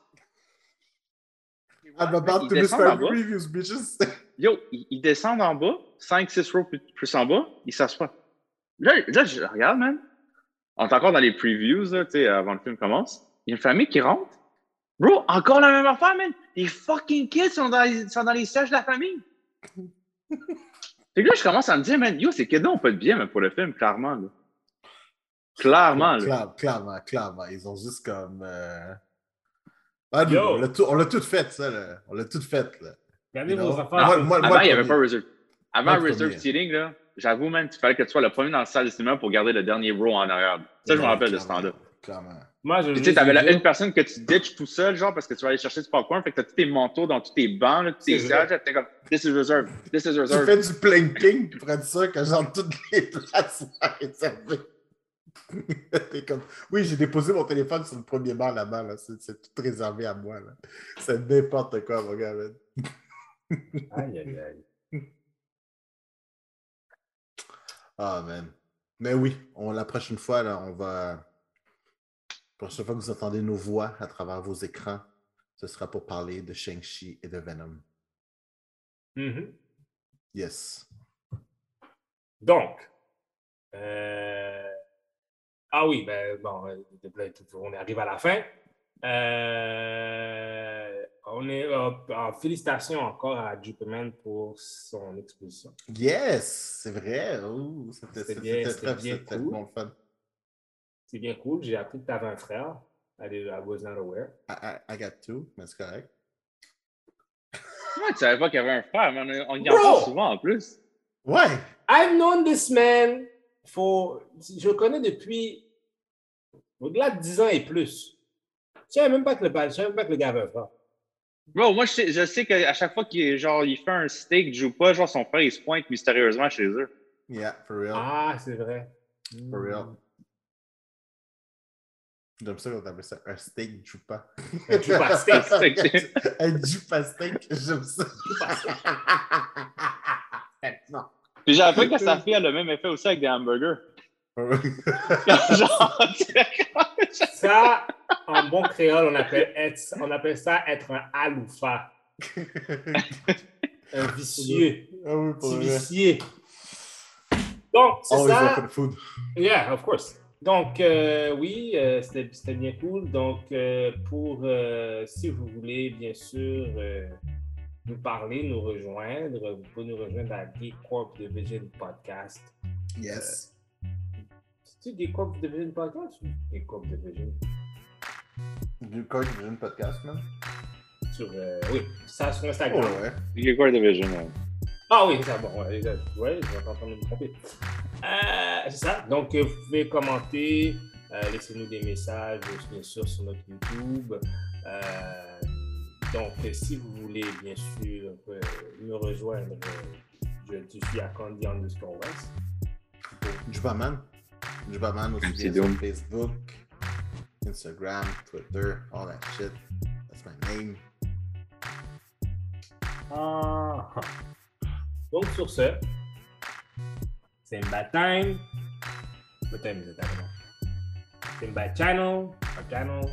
I'm about to miss my previews, bitches. Yo, ils, ils descendent en bas, cinq six rows plus, plus en bas, ils s'assoient. Là, là, je regarde, man. On est encore dans les previews, là, tu sais, avant le film commence. Il y a une famille qui rentre. Bro, encore la même affaire, man. Les fucking kids sont dans les, sont dans les sièges de la famille. Fait que là, je commence à me dire, man, yo, ces kids-là n'ont pas de bien mais pour le film, clairement. Là. Clairement, là. Clairement, clairement, clairement. Ils ont juste comme. Euh... Ah, nous, on, l'a tout, on l'a tout fait, ça, là. On l'a tout fait, là. Regardez vos affaires. Moi, moi, Avant, il n'y avait pas reserve. Avant reserve seating, là, j'avoue, man, il fallait que tu sois le premier dans la salle de cinéma pour garder le dernier row en arrière. Ça, je me rappelle de ce temps-là. Clairement. Moi, je tu sais, t'avais là une personne que tu ditches tout seul, genre, parce que tu vas aller chercher du popcorn, fait que t'as tous tes manteaux dans tous tes bancs, là, tous tes sièges, t'es comme, this is reserved, this is reserved. Tu fais du planking pour être sûr que genre toutes les places sont réservées. T'es comme, oui, j'ai déposé mon téléphone sur le premier banc là-bas, là. C'est, c'est tout réservé à moi, là. C'est n'importe quoi, mon gars, man. Aïe, aïe, aïe. Ah, man. Mais oui, on, la prochaine fois, là, on va... La prochaine fois que vous entendez nos voix à travers vos écrans, ce sera pour parler de Shang-Chi et de Venom. Mm-hmm. Yes. Donc, euh... ah oui, ben bon, on arrive à la fin. Euh... On est euh, en félicitations encore à Juperman pour son exposition. Yes, c'est vrai. Ouh, c'était, c'était, c'était, bien, c'était, c'était très, bien c'était cool. bon fun. C'est bien cool. J'ai appris que tu avais un frère. I was not aware. I, I, I got two, mais c'est correct. Ouais, tu savais pas qu'il y avait un frère, mais on, on y en parle souvent en plus. Ouais. I've known this man for... Je le connais depuis au-delà de dix ans et plus. Je savais même pas que le, je savais même pas que le gars avait un frère. Bro, moi, je sais, je sais qu'à chaque fois qu'il genre, il fait un steak, joue pas, genre son frère, il se pointe mystérieusement chez eux. Yeah, for real. Ah, c'est vrai. For real. J'aime ça quand t'appelles ça un steak jupa. Un jupa steak. Un jupa steak, j'aime ça. Non. Puis j'ai appris que sa fille a le même effet aussi avec des hamburgers. Genre, ça, en bon créole, on appelle, être, on appelle ça être un aloufa. Un vicieux. Ah oui, pour petit vicieux. Donc, c'est Always ça. For the food. Yeah, of course. Donc, euh, oui, euh, c'était, c'était bien cool. Donc, euh, pour, euh, si vous voulez, bien sûr, euh, nous parler, nous rejoindre, vous pouvez nous rejoindre à Geek Corp Division Podcast. Yes. Euh, c'est-tu Geek Corp Division Podcast ou Geek Corp Division? Geek Corp Division Podcast, man. Sur, euh, oui, ça sur Instagram. Oh, ouais. Geek Corp Division, ouais. Ah oui, c'est ça. Bon, ouais, ouais, je vais en train de me tromper. Euh, c'est ça. Donc, vous pouvez commenter, euh, laissez-nous des messages, bien sûr, sur notre YouTube. Euh, Donc, si vous voulez, bien sûr, euh, me rejoindre, euh, je, je suis à Candy underscore West. Jubaman. Jubaman aussi bien sur Facebook, Instagram, Twitter, all that shit. That's my name. Ah. Donc, sur ce, c'est un bad time. What time is it? I don't know. C'est un bad channel. Our channel.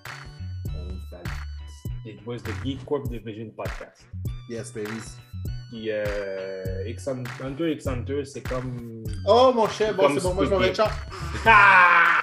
It was the Geek Corp Division podcast. Yes, babies. Puis euh, X Hunter, X Hunter, c'est comme. Oh mon cher, bon, c'est bon, moi je m'en vais, ciao! Ah!